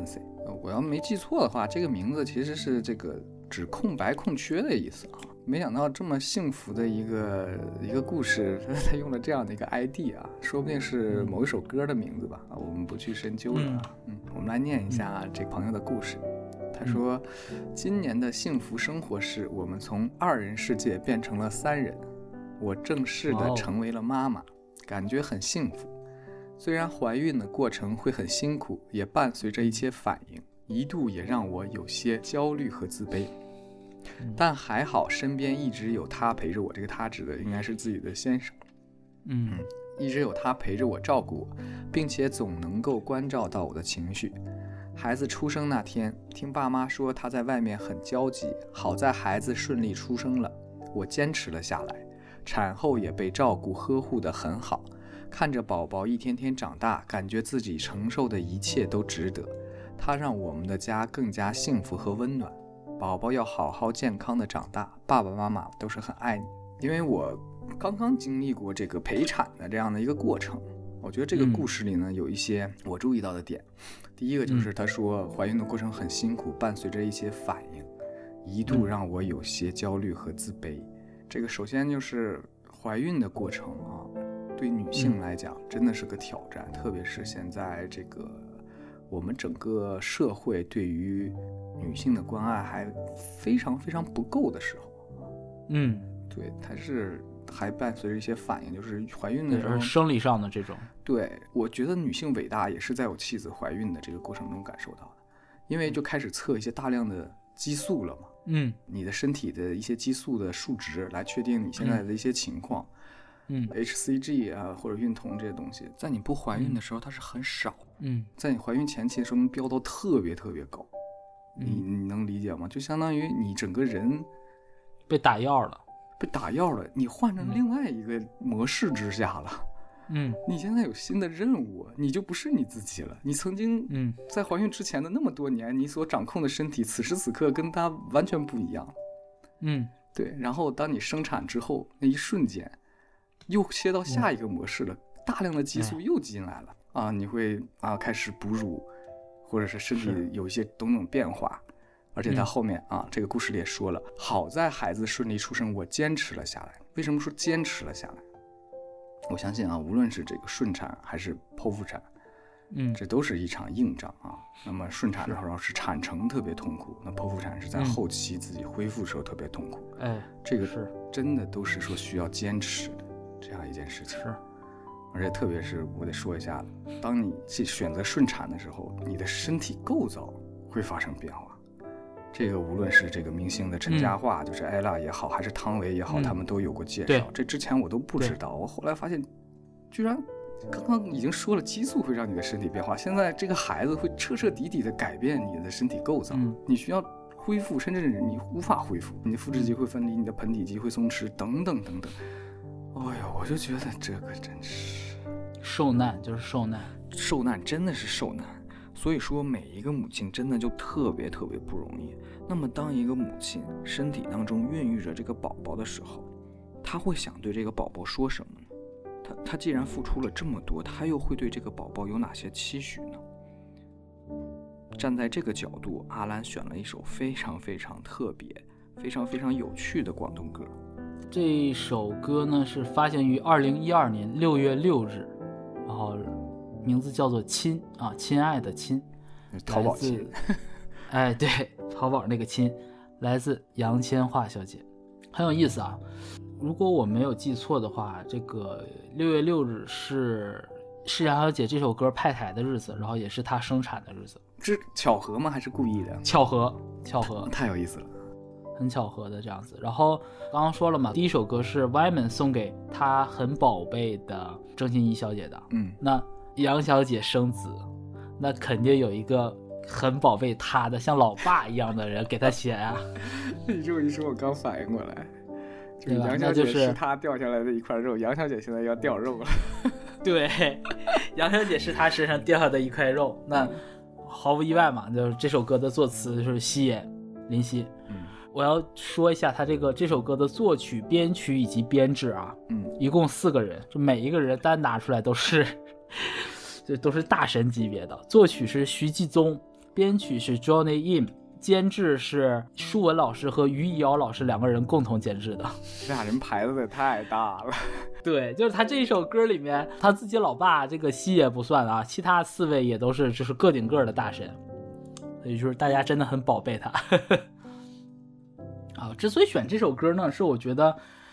我要没记错的话，这个名字其实是这个指空白空缺的意思啊。没想到这么幸福的一个故事，他用了这样的一个 ID 啊，说不定是某一首歌的名字吧啊，我们不去深究了啊。我们来念一下这个朋友的故事。他说，今年的幸福生活是我们从2人世界变成了3人，我正式的成为了妈妈，感觉很幸福。虽然怀孕的过程会很辛苦，也伴随着一些反应，一度也让我有些焦虑和自卑，但还好身边一直有他陪着我，这个他指的应该是自己的先生，一直有他陪着我照顾我，并且总能够关照到我的情绪。孩子出生那天，听爸妈说他在外面很焦急，好在孩子顺利出生了，我坚持了下来，产后也被照顾呵护得很好，看着宝宝一天天长大，感觉自己承受的一切都值得。他让我们的家更加幸福和温暖。宝宝要好好健康的长大，爸爸妈妈都是很爱你。因为我刚刚经历过这个陪产的这样的一个过程，我觉得这个故事里呢，有一些我注意到的点。第一个就是他说怀孕的过程很辛苦，伴随着一些反应，一度让我有些焦虑和自卑。这个首先就是怀孕的过程啊，对女性来讲真的是个挑战，特别是现在这个我们整个社会对于女性的关爱还非常非常不够的时候，对，它是还伴随着一些反应，就是怀孕的时候生理上的这种。 对，我觉得女性伟大也是在我妻子怀孕的这个过程中感受到的，因为就开始测一些大量的激素了嘛，你的身体的一些激素的数值来确定你现在的一些情况。HCG 啊或者孕酮这些东西，在你不怀孕的时候它是很少，在你怀孕前期的时候能飙到特别特别高，你能理解吗？就相当于你整个人被打药了， 你换成另外一个模式之下了。你现在有新的任务，你就不是你自己了。你曾经在怀孕之前的那么多年，你所掌控的身体，此时此刻跟它完全不一样。对。然后当你生产之后，那一瞬间又切到下一个模式了，大量的激素又进来了啊！你会开始哺乳，或者是身体有一些种变化。而且他后面这个故事里也说了，好在孩子顺利出生，我坚持了下来。为什么说坚持了下来？我相信无论是这个顺产还是剖腹产，这都是一场硬仗啊。那么顺产的时候是产程特别痛苦，那剖腹产是在后期自己恢复的时候特别痛苦。这个是真的都是说需要坚持的这样一件事情。而且特别是我得说一下，当你去选择顺产的时候，你的身体构造会发生变化。这个无论是这个明星的陈嘉桦，就是艾拉也好，还是汤唯也好，他们都有过介绍。这之前我都不知道，我后来发现，居然刚刚已经说了，激素会让你的身体变化，现在这个孩子会彻底的改变你的身体构造，你需要恢复，甚至你无法恢复，你的腹直肌会分离，你的盆底肌会松弛，等等等等。哎呦，我就觉得这个真是受难，就是受难， 真的是受难。所以说每一个母亲真的就特别特别不容易。那么当一个母亲身体当中孕育着这个宝宝的时候，她会想对这个宝宝说什么呢？她既然付出了这么多，她又会对这个宝宝有哪些期许呢？站在这个角度，阿兰选了一首非常非常特别、非常非常有趣的广东歌。 这首歌呢是发行于2012年6月6日，然后名字叫做亲亲爱的亲， 淘宝亲。 对，淘宝那个亲，来自杨千嬅小姐，很有意思啊。如果我没有记错的话，这个6月6日是杨小姐这首歌派台的日子，然后也是她生产的日子。 是巧合吗？还是故意的？ 巧合， 太有意思了， 很巧合的这样子。然后刚刚说了嘛，第一首歌是 Wyman 送给她很宝贝的郑欣宜小姐的。那杨小姐生子，那肯定有一个很宝贝她的像老爸一样的人给她写啊。 你这么一说，我刚反应过来，就是杨小姐是她掉下来的一块肉，杨小姐现在要掉肉了。 对，杨小姐是她身上掉下的一块肉。那毫无意外嘛，就是这首歌的作词就是西野林夕。我要说一下他这首歌的作曲、编曲以及编制啊。一共4个人，就每一个人单拿出来都是大神级别的。作曲是徐继宗， 编曲是 Johnny Ime， 监制是舒文老师和于一瑶老师2个人共同监制的。 这俩人牌子也太大了。 对，就是他这一首歌里面，他自己老爸这个西也不算啊，其他4位也都是就是个顶个的大神，所以就是大家真的很宝贝他。啊，之所以选这首歌呢，是我觉得，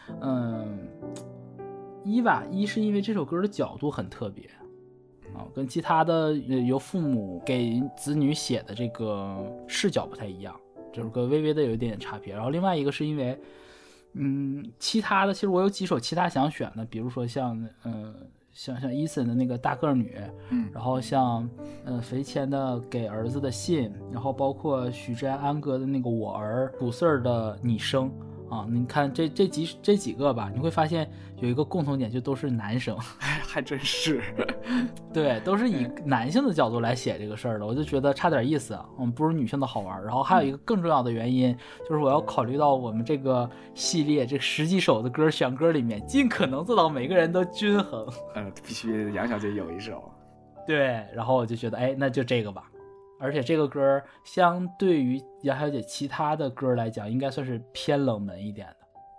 一是因为这首歌的角度很特别。跟其他的由父母给子女写的这个视角不太一样，这首歌微微的有一点差别。然后另外一个是因为其他的其实我有几首其他想选的，比如说像伊森的那个大个女，然后像肥谦的给儿子的信，然后包括许志安哥的那个我儿，古四儿的你生啊，你看这几个吧，你会发现有一个共同点，就都是男生。 还真是。 对，都是以男性的角度来写这个事儿的，我就觉得差点意思，不如女性的好玩。然后还有一个更重要的原因，就是我要考虑到我们这个系列这10几首的歌选歌里面，尽可能做到每个人都均衡。 必须杨小姐有一首。 对，然后我就觉得，那就这个吧。而且这个歌相对于杨小姐其他的歌来讲，应该算是偏冷门一点的。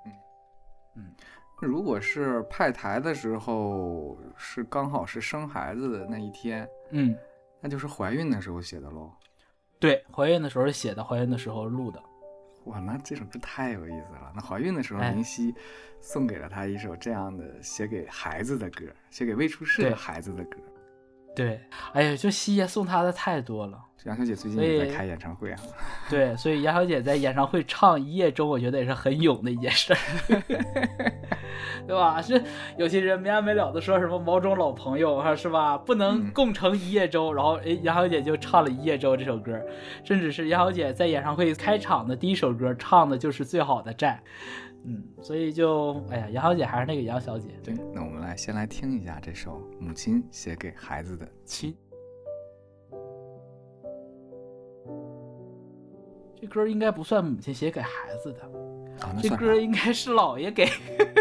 如果是派台的时候是刚好是生孩子的那一天，那就是怀孕的时候写的咯。 对，怀孕的时候写的，怀孕的时候录的。 哇，那这首歌太有意思了。那怀孕的时候林夕送给了她一首这样的写给孩子的歌，写给未出世的孩子的歌。 对，哎呀，就夕爷送她的太多了。 杨小姐最近也在开演唱会啊。 对，所以杨小姐在演唱会唱一夜中，我觉得也是很勇的一件事。对吧？是有些人没完没了的说什么毛中老朋友是吧，不能共成一夜粥，然后杨小姐就唱了一夜粥这首歌，甚至是杨小姐在演唱会开场的第一首歌唱的就是最好的债。所以就杨小姐还是那个杨小姐。 对，那我们先来听一下这首母亲写给孩子的亲。 这歌应该不算母亲写给孩子的，这歌应该是姥爷给。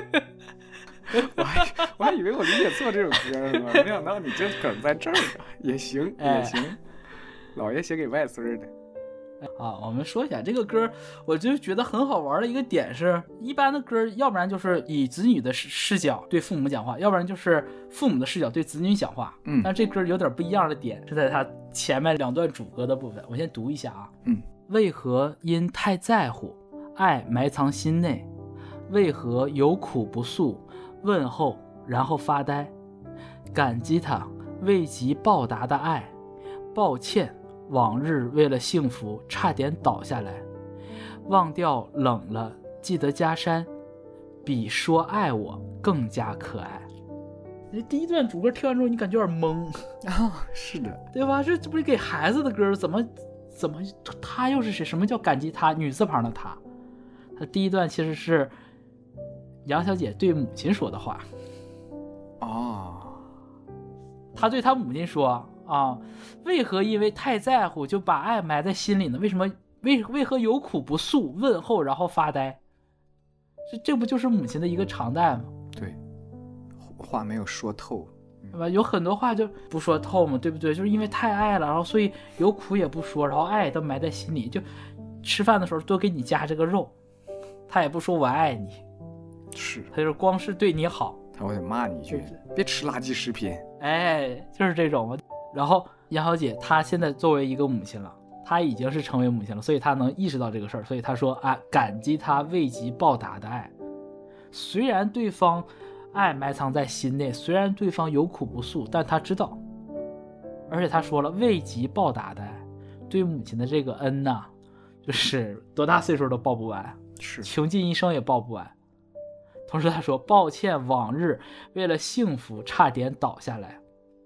我还以为我理解错这首歌了，没想到你这梗在这儿啊。也行也行，姥爷写给外孙的。 我们说一下这个歌，我就觉得很好玩的一个点是，一般的歌要不然就是以子女的视角对父母讲话，要不然就是父母的视角对子女讲话。但这歌有点不一样的点是在它前面2段主歌的部分，我先读一下啊。为何因太在乎，爱埋藏心内？为何有苦不诉，问候然后发呆？感激他未及报答的爱，抱歉往日为了幸福差点倒下来，忘掉冷了记得加衫，比说爱我更加可爱。第一段主歌听完之后你感觉有点懵是的， 对吧？这不是给孩子的歌，怎么他又是谁？什么叫感激他？女字旁的他。他第一段其实是杨小姐对母亲说的话。他对他母亲说为何因为太在乎就把爱埋在心里呢？为何有苦不诉，问候然后发呆？这不就是母亲的一个常态吗？ 对，话没有说透， 对吧？有很多话就不说透嘛，对不对？就是因为太爱了，然后所以有苦也不说，然后爱都埋在心里，就吃饭的时候多给你加这个肉，他也不说我爱你， 是， 他就是光是对你好， 他会骂你一句，别吃垃圾食品。 就是这种。然后杨小姐她现在作为一个母亲了，她已经是成为母亲了，所以她能意识到这个事儿，所以她说感激她未及报答的爱。虽然对方爱埋藏在心内，虽然对方有苦不诉，但她知道，而且她说了未及报答的爱，对母亲的这个恩呐，就是多大岁数都报不完， 是穷尽一生也报不完。同时她说抱歉往日为了幸福差点倒下来。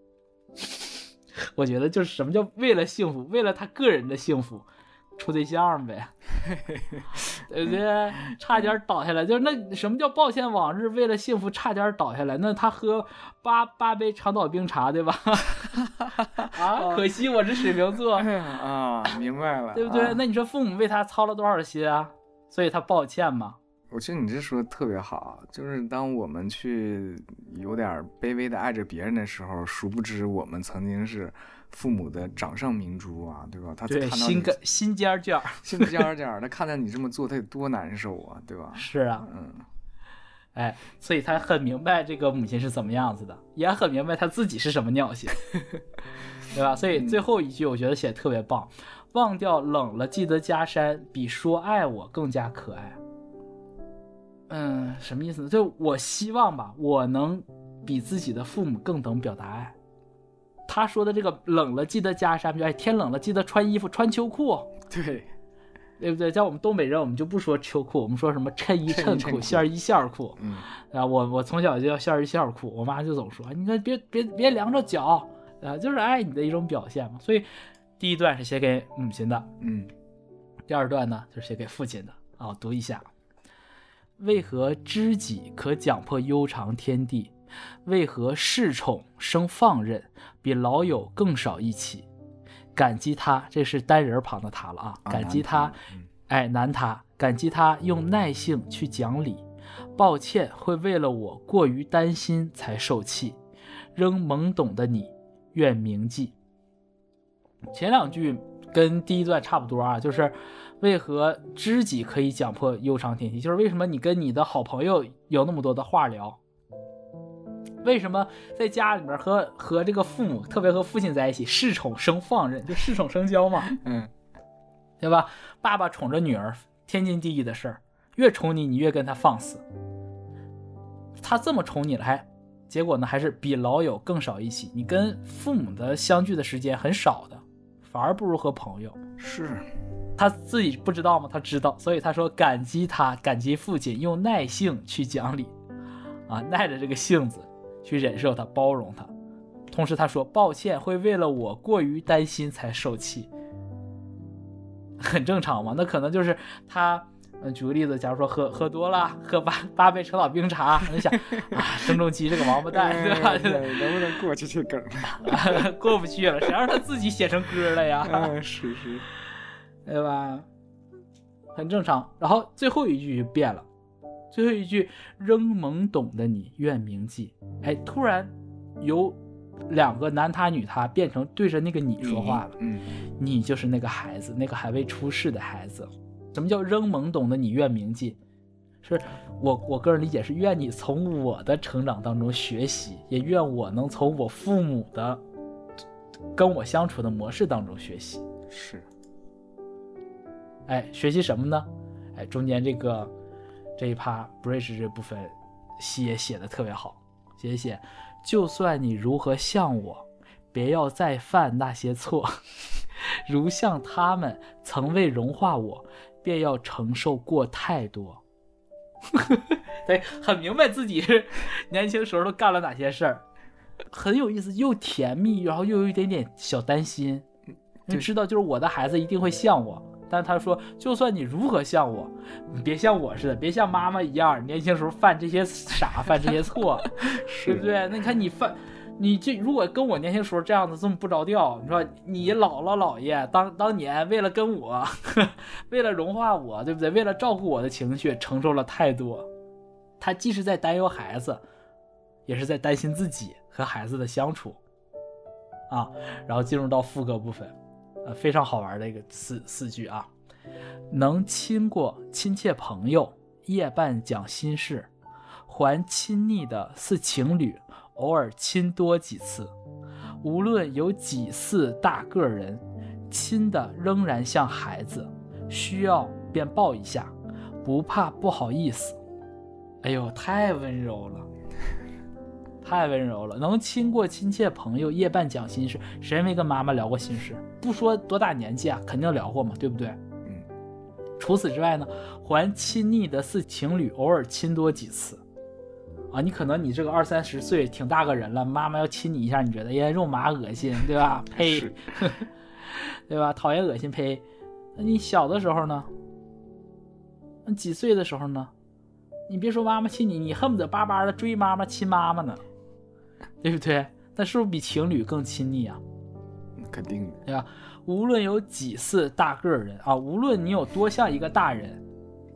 我觉得就是什么叫为了幸福，为了他个人的幸福处对象呗，对不对？差点倒下来，就是那什么叫抱歉往日为了幸福差点倒下来？那他喝八杯长岛冰茶，对吧？可惜我是水瓶座明白了， 对不对？那你说父母为他操了多少心啊？所以他抱歉嘛。 我觉得你这说的特别好，就是当我们去有点卑微的爱着别人的时候，殊不知我们曾经是父母的掌上明珠啊，对吧？他看到你心尖尖， 他看到你这么做，他有多难受啊，对吧？ 是啊，所以他很明白这个母亲是怎么样子的，也很明白他自己是什么尿性，对吧？所以最后一句我觉得写得特别棒，忘掉冷了记得加衫，比说爱我更加可爱。什么意思呢？就我希望吧，我能比自己的父母更懂表达爱。他说的这个冷了记得加衫，就天冷了记得穿衣服，穿秋裤，对不对？像我们东北人，我们就不说秋裤，我们说什么衬衣衬裤、线衣线裤。我从小就叫线衣线裤，我妈就总说，你看别凉着脚，就是爱你的一种表现嘛。所以第一段是写给母亲的，第二段呢就是写给父亲的啊。我读一下：为何知己可讲破悠长天地？为何恃宠生放任，比老友更少一起？感激他，这是单人旁的他了啊！感激他，难他，感激他用耐性去讲理。抱歉，会为了我过于担心才受气。仍懵懂的你，愿铭记。前两句跟第一段差不多啊，就是为何知己可以讲破悠长天地，就是为什么你跟你的好朋友有那么多的话聊。为什么在家里面和这个父母，特别和父亲在一起，恃宠生放任，就恃宠生骄嘛，对吧？爸爸宠着女儿，天经地义的事儿，越宠你，你越跟他放肆。他这么宠你了，结果呢，还是比老友更少一起。你跟父母的相聚的时间很少的，反而不如和朋友。 是， 他自己不知道吗？他知道，所以他说感激他，感激父亲用耐性去讲理，耐着这个性子。去忍受他，包容他。同时他说抱歉，会为了我过于担心才受气，很正常嘛。那可能就是他举个例子，假如说喝多了，喝八杯车老冰茶，你想郑中基这个王八蛋，对吧？ 能不能过去这梗？ 过不去了，谁让他自己写成歌了呀？ 是， 对吧？很正常。然后最后一句就变了，最后一句仍懵懂的你，愿铭记。突然由两个男他女他变成对着那个你说话了。你就是那个孩子，那个还未出世的孩子。什么叫仍懵懂的你，愿铭记？是我个人理解是愿你从我的成长当中学习，也愿我能从我父母的跟我相处的模式当中学习。 是。 学习什么呢？中间这一趴 bridge 这部分也写的特别好，写就算你如何像我，别要再犯那些错，如像他们曾未融化我，便要承受过太多。对，很明白自己是年轻时候都干了哪些事儿，很有意思，又甜蜜，然后又有一点点小担心，你知道就是我的孩子一定会像我。但他说就算你如何像我，别像我似的，别像妈妈一样年轻时候犯这些傻，犯这些错，对不对？那你看你这如果跟我年轻时候这样子这么不着调，你说你姥姥姥爷当年为了跟我为了融化我，对不对？为了照顾我的情绪承受了太多。他既是在担忧孩子，也是在担心自己和孩子的相处然后进入到副歌部分，非常好玩的一个四句啊。能亲过亲切朋友，夜半讲心事，还亲昵的似情侣，偶尔亲多几次。无论有几似大个人，亲的仍然像孩子，需要便抱一下，不怕不好意思。哎呦，太温柔了，太温柔了。能亲过亲切朋友，夜半讲心事，谁没跟妈妈聊过心事？不说多大年纪啊，肯定聊过嘛，对不对？除此之外呢，还亲昵的似情侣，偶尔亲多几次。你可能你这个20-30岁挺大个人了，妈妈要亲你一下，你觉得肉麻恶心，对吧？呸，对吧？讨厌恶心，呸。那你小的时候呢？几岁的时候呢？你别说妈妈亲你，你恨不得巴巴的追妈妈亲妈妈呢，对不对？那是不是比情侣更亲昵啊？ 肯定的， 对吧？无论有几似大个人无论你有多像一个大人，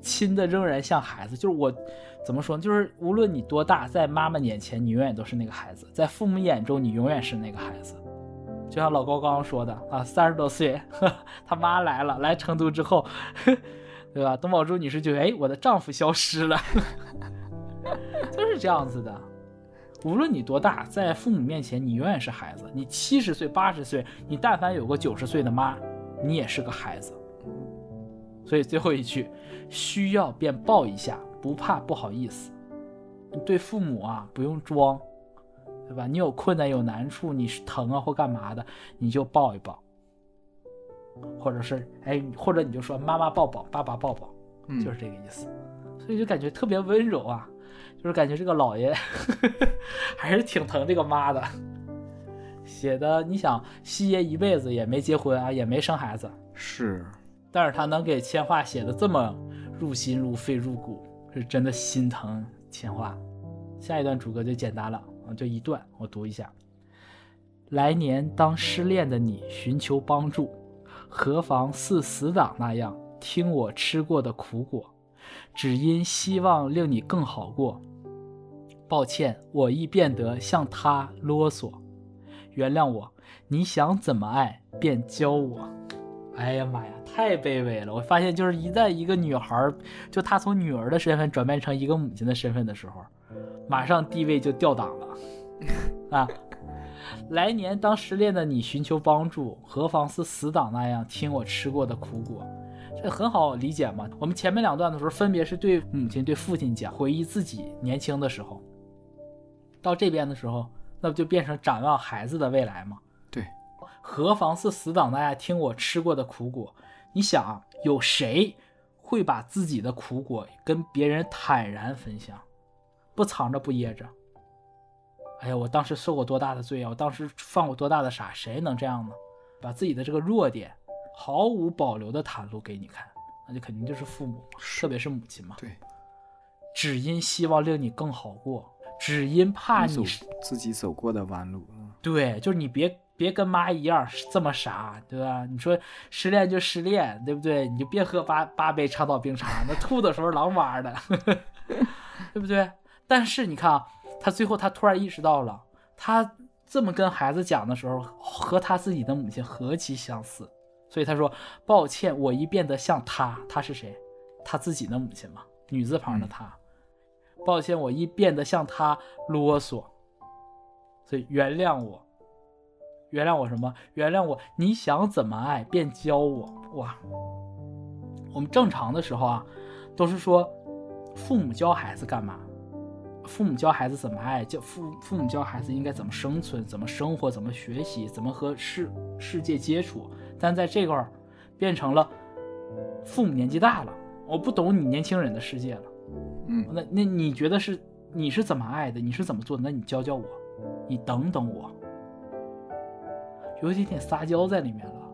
亲的仍然像孩子。就是我怎么说呢，就是无论你多大，在妈妈眼前你永远都是那个孩子，在父母眼中你永远是那个孩子。就像老高刚刚说的啊，30多岁他妈来了，来成都之后对吧，董宝珠女士就我的丈夫消失了就是这样子的。无论你多大，在父母面前你永远是孩子。你70岁80岁，你但凡有个90岁的妈，你也是个孩子。所以最后一句，需要便抱一下，不怕不好意思。你对父母啊不用装，对吧？你有困难有难处，你是疼啊或干嘛的，你就抱一抱，或者是或者你就说妈妈抱抱，爸爸抱抱，就是这个意思。所以就感觉特别温柔啊，就是感觉这个老爷还是挺疼这个妈的。写的你想，西爷一辈子也没结婚啊，也没生孩子， 是， 但是他能给千画写的这么入心入肺入骨，是真的心疼千画。下一段主歌就简单了，就一段我读一下。来年当失恋的你寻求帮助，何妨似死党那样听我吃过的苦果，只因希望令你更好过。抱歉，我亦变得像他啰嗦，原谅我，你想怎么爱便教我。哎呀妈呀，太卑微了！我发现就是一旦一个女孩，就她从女儿的身份转变成一个母亲的身份的时候，马上地位就掉档了啊！来年当失恋的你寻求帮助，何妨似死党那样听我吃过的苦果。这很好理解嘛。我们前面2段的时候分别是对母亲对父亲讲，回忆自己年轻的时候，到这边的时候那不就变成展望孩子的未来吗？ 对， 何妨似死党那样听我吃过的苦果。你想啊，有谁会把自己的苦果跟别人坦然分享，不藏着不掖着？哎呀，我当时受过多大的罪啊，我当时犯过多大的傻，谁能这样呢？把自己的这个弱点毫无保留的袒露给你看，那就肯定就是父母嘛，特别是母亲嘛。 对， 只因希望令你更好过，只因怕你自己走过的弯路。 对，就是你别跟妈一样这么傻，对吧？你说失恋就失恋，对不对？你就别喝八杯长岛冰茶，那吐的时候狼哇的对不对？但是你看啊，他最后他突然意识到了，他这么跟孩子讲的时候，和他自己的母亲何其相似。所以他说，抱歉，我亦变得像他是谁？他自己的母亲嘛，女字旁的他。抱歉，我亦变得像他啰嗦，所以原谅我。原谅我什么？原谅我，你想怎么爱便教我。哇，我们正常的时候啊，都是说父母教孩子干嘛？父母教孩子怎么爱，父母教孩子应该怎么生存，怎么生活，怎么学习，怎么和世界接触。但在这块儿变成了父母年纪大了，我不懂你年轻人的世界了。那你觉得你是怎么爱的？你是怎么做的？那你教教我，你等等我。有一点点撒娇在里面了，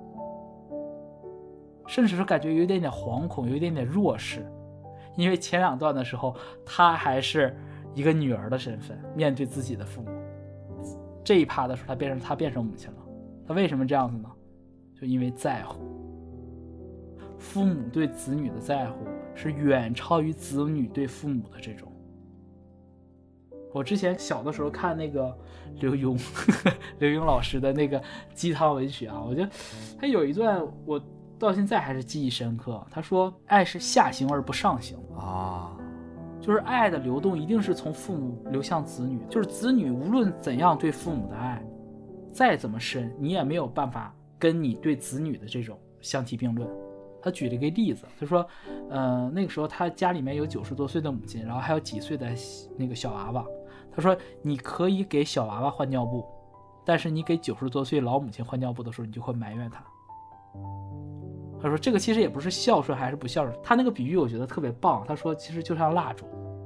甚至是感觉有一点点惶恐，有一点点弱势。因为前2段的时候，她还是一个女儿的身份面对自己的父母，这一趴的时候，她变成母亲了。她为什么这样子呢？就因为在乎。父母对子女的在乎是远超于子女对父母的这种。我之前小的时候看那个刘墉老师的那个鸡汤文学啊，我觉得他有一段我到现在还是记忆深刻。他说爱是下行而不上行啊，就是爱的流动一定是从父母流向子女，就是子女无论怎样对父母的爱再怎么深，你也没有办法跟你对子女的这种相提并论。他举了一个例子，他说那个时候他家里面有90多岁的母亲，然后还有几岁的那个小娃娃。他说你可以给小娃娃换尿布，但是你给90多岁老母亲换尿布的时候，你就会埋怨他。他说这个其实也不是孝顺还是不孝顺，他那个比喻我觉得特别棒。他说其实就像蜡烛，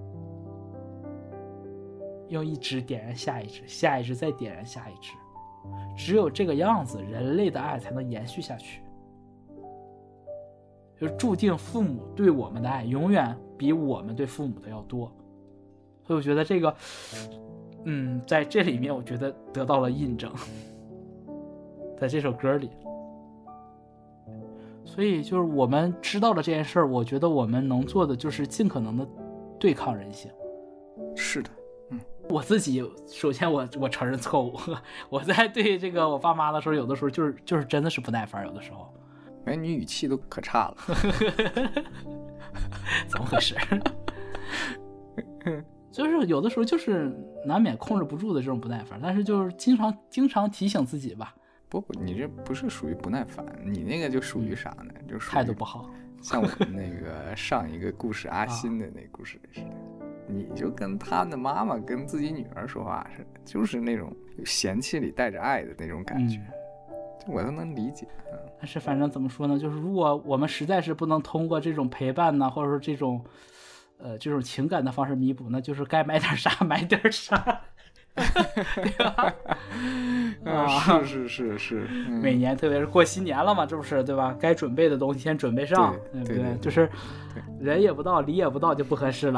用一支点燃下一支，下一支再点燃下一支，只有这个样子，人类的爱才能延续下去。就是注定父母对我们的爱永远比我们对父母的要多。所以我觉得这个在这里面我觉得得到了印证，在这首歌里。 所以就是我们知道了这件事儿，我觉得我们能做的就是尽可能的对抗人性。 是的， 我自己首先我承认错误，我在对这个我爸妈的时候，有的时候就是真的是不耐烦，有的时候。 哎，你语气都可差了， 怎么回事？就是有的时候就是难免控制不住的这种不耐烦，但是就是经常提醒自己吧。 不，你这不是属于不耐烦，你那个就属于啥呢？就属于态度不好。 像我们那个上一个故事阿新的那故事似的，你就跟他的妈妈跟自己女儿说话似的，就是那种嫌弃里带着爱的那种感觉，我都能理解。 但是反正怎么说呢，就是如果我们实在是不能通过这种陪伴呢，或者说这种情感的方式弥补，那就是该买点啥买点啥。对吧？ 是， 每年特别是过新年了嘛，这不是对吧？该准备的东西先准备上，对不对？就是人也不到，礼也不到，就不合适了。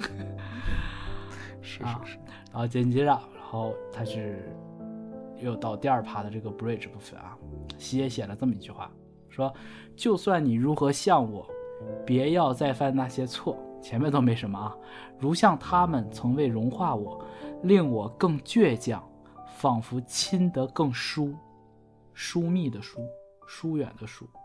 是。 然后紧接着，然后他是又到第2趴的这个 bridge 部分啊，西野写了这么一句话，说：就算你如何像我，别要再犯那些错。前面都没什么啊，如像他们从未融化我，令我更倔强，仿佛亲得更疏密的疏远的疏。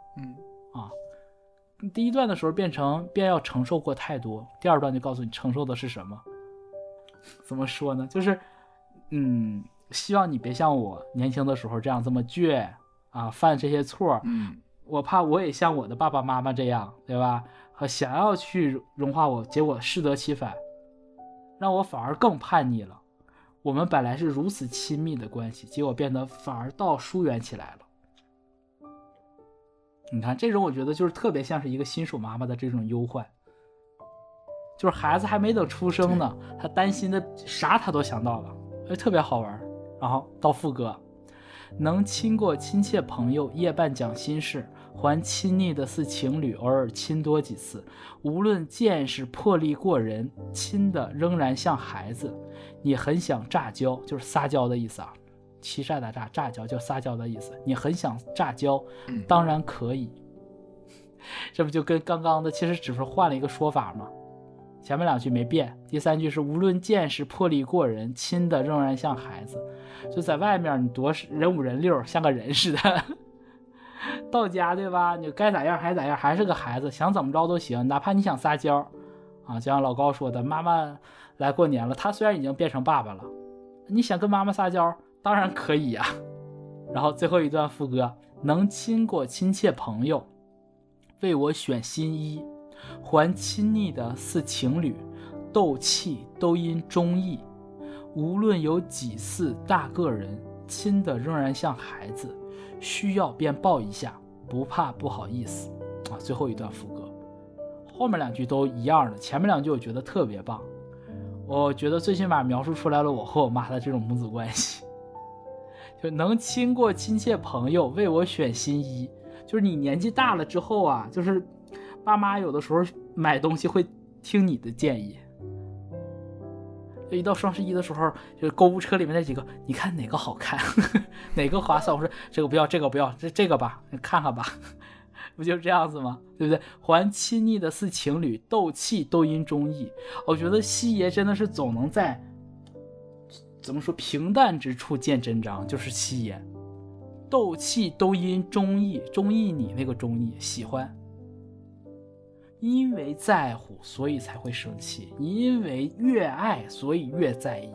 第一段的时候便要承受过太多，第2段就告诉你承受的是什么。怎么说呢？就是希望你别像我年轻的时候这样这么倔啊，犯这些错。我怕我也像我的爸爸妈妈这样，对吧？和想要去融化我，结果适得其反，让我反而更叛逆了。我们本来是如此亲密的关系，结果变得反而倒疏远起来了。你看，这种我觉得就是特别像是一个新手妈妈的这种忧患，就是孩子还没等出生呢，他担心的啥他都想到了，特别好玩。然后到副歌，能亲过亲切朋友，夜半讲心事，还亲昵的似情侣，偶尔亲多几次。无论见识魄力过人，亲的仍然像孩子。你很想诈娇，就是撒娇的意思啊，欺诈的诈娇就撒娇的意思。你很想诈娇，当然可以。这不就跟刚刚的其实只是换了一个说法吗？前面2句没变，第3句是无论见识魄力过人，亲的仍然像孩子。就在外面你多人五人六，像个人似的。到家对吧，你该咋样还咋样，还是个孩子，想怎么着都行，哪怕你想撒娇啊，就像老高说的，妈妈来过年了，他虽然已经变成爸爸了，你想跟妈妈撒娇当然可以呀。然后最后一段副歌，能亲过亲切朋友，为我选新衣，还亲昵的似情侣，斗气都因忠义。无论有几次大个人，亲的仍然像孩子，需要便抱一下，不怕不好意思啊。最后一段副歌，后面2句都一样的，前面2句我觉得特别棒，我觉得最起码描述出来了我和我妈的这种母子关系。就能亲过亲切朋友，为我选新衣，就是你年纪大了之后啊，就是爸妈有的时候买东西会听你的建议。一到双11的时候，就购物车里面那几个，你看哪个好看，哪个划算？我说这个不要，这个不要，这个吧，你看看吧，不就是这样子吗？对不对？还亲昵的似情侣，斗气都因忠义。我觉得西爷真的是总能在怎么说平淡之处见真章，就是西爷，斗气都因忠义，忠义你那个忠义喜欢。因为在乎，所以才会生气；因为越爱，所以越在意。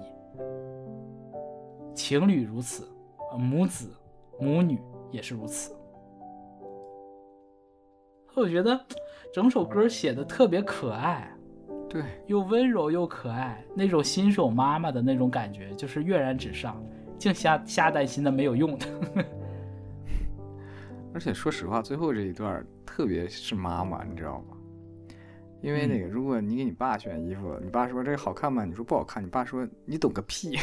情侣如此，母子、母女也是如此。我觉得整首歌写的特别可爱， 对， 又温柔又可爱，那种新手妈妈的那种感觉，就是跃然纸上，净瞎担心的没有用的。 而且说实话，最后这一段，特别是妈妈，你知道吗？因为那个，如果你给你爸选衣服，你爸说这个好看吗？你说不好看，你爸说你懂个屁。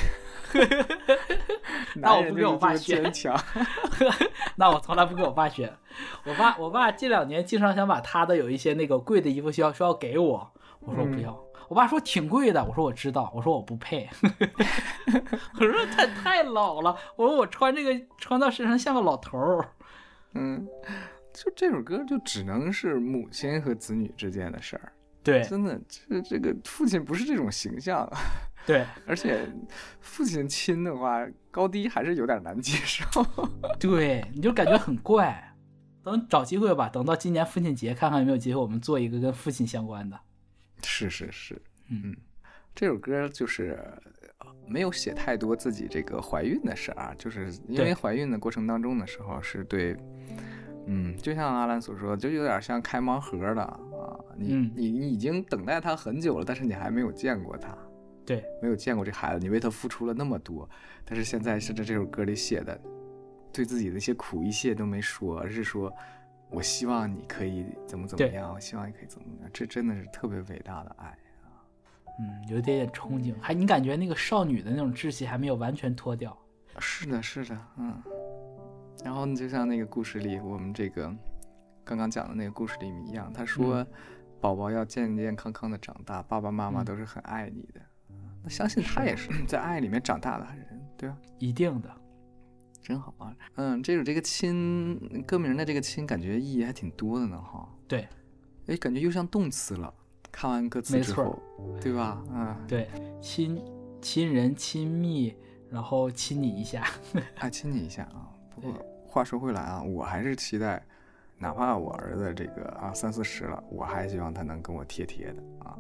那我不给我爸选，那我从来不给我爸选。我爸这2年经常想把他的有一些那个贵的衣服说要给我，我说不要。我爸说挺贵的，我说我知道，我说我不配。我说他太老了，我说我穿这个穿到身上像个老头儿。 就这首歌就只能是母亲和子女之间的事儿。 对， 真的，这个父亲不是这种形象。 对， 而且父亲亲的话，高低还是有点难接受。 对，你就感觉很怪。等找机会吧，等到今年父亲节，看看有没有机会我们做一个跟父亲相关的。 是，这首歌就是没有写太多自己这个怀孕的事儿，就是因为怀孕的过程当中的时候是对，就像阿兰所说，就有点像开盲盒的啊，你已经等待他很久了，但是你还没有见过他， 对， 没有见过这孩子，你为他付出了那么多，但是现在是这首歌里写的。对自己的一些苦一切都没说，而是说我希望你可以怎么样，我希望你可以怎么样，这真的是特别伟大的爱啊。 有一点憧憬，你感觉那个少女的那种稚气还没有完全脱掉。 是的，然后就像那个故事里，我们这个刚刚讲的那个故事里一样，他说宝宝要健健康康的长大，爸爸妈妈都是很爱你的。那相信他也是在爱里面长大的人，对吧？ 一定的。 真好啊，这首这个亲歌名的这个亲，感觉意义还挺多的呢哈。 对， 感觉又像动词了。看完歌词之后，对吧？ 对，亲人亲密，然后亲你一下， 亲你一下啊。不过话说回来啊，我还是期待，哪怕我儿子这个30-40了，我还希望他能跟我贴贴的啊。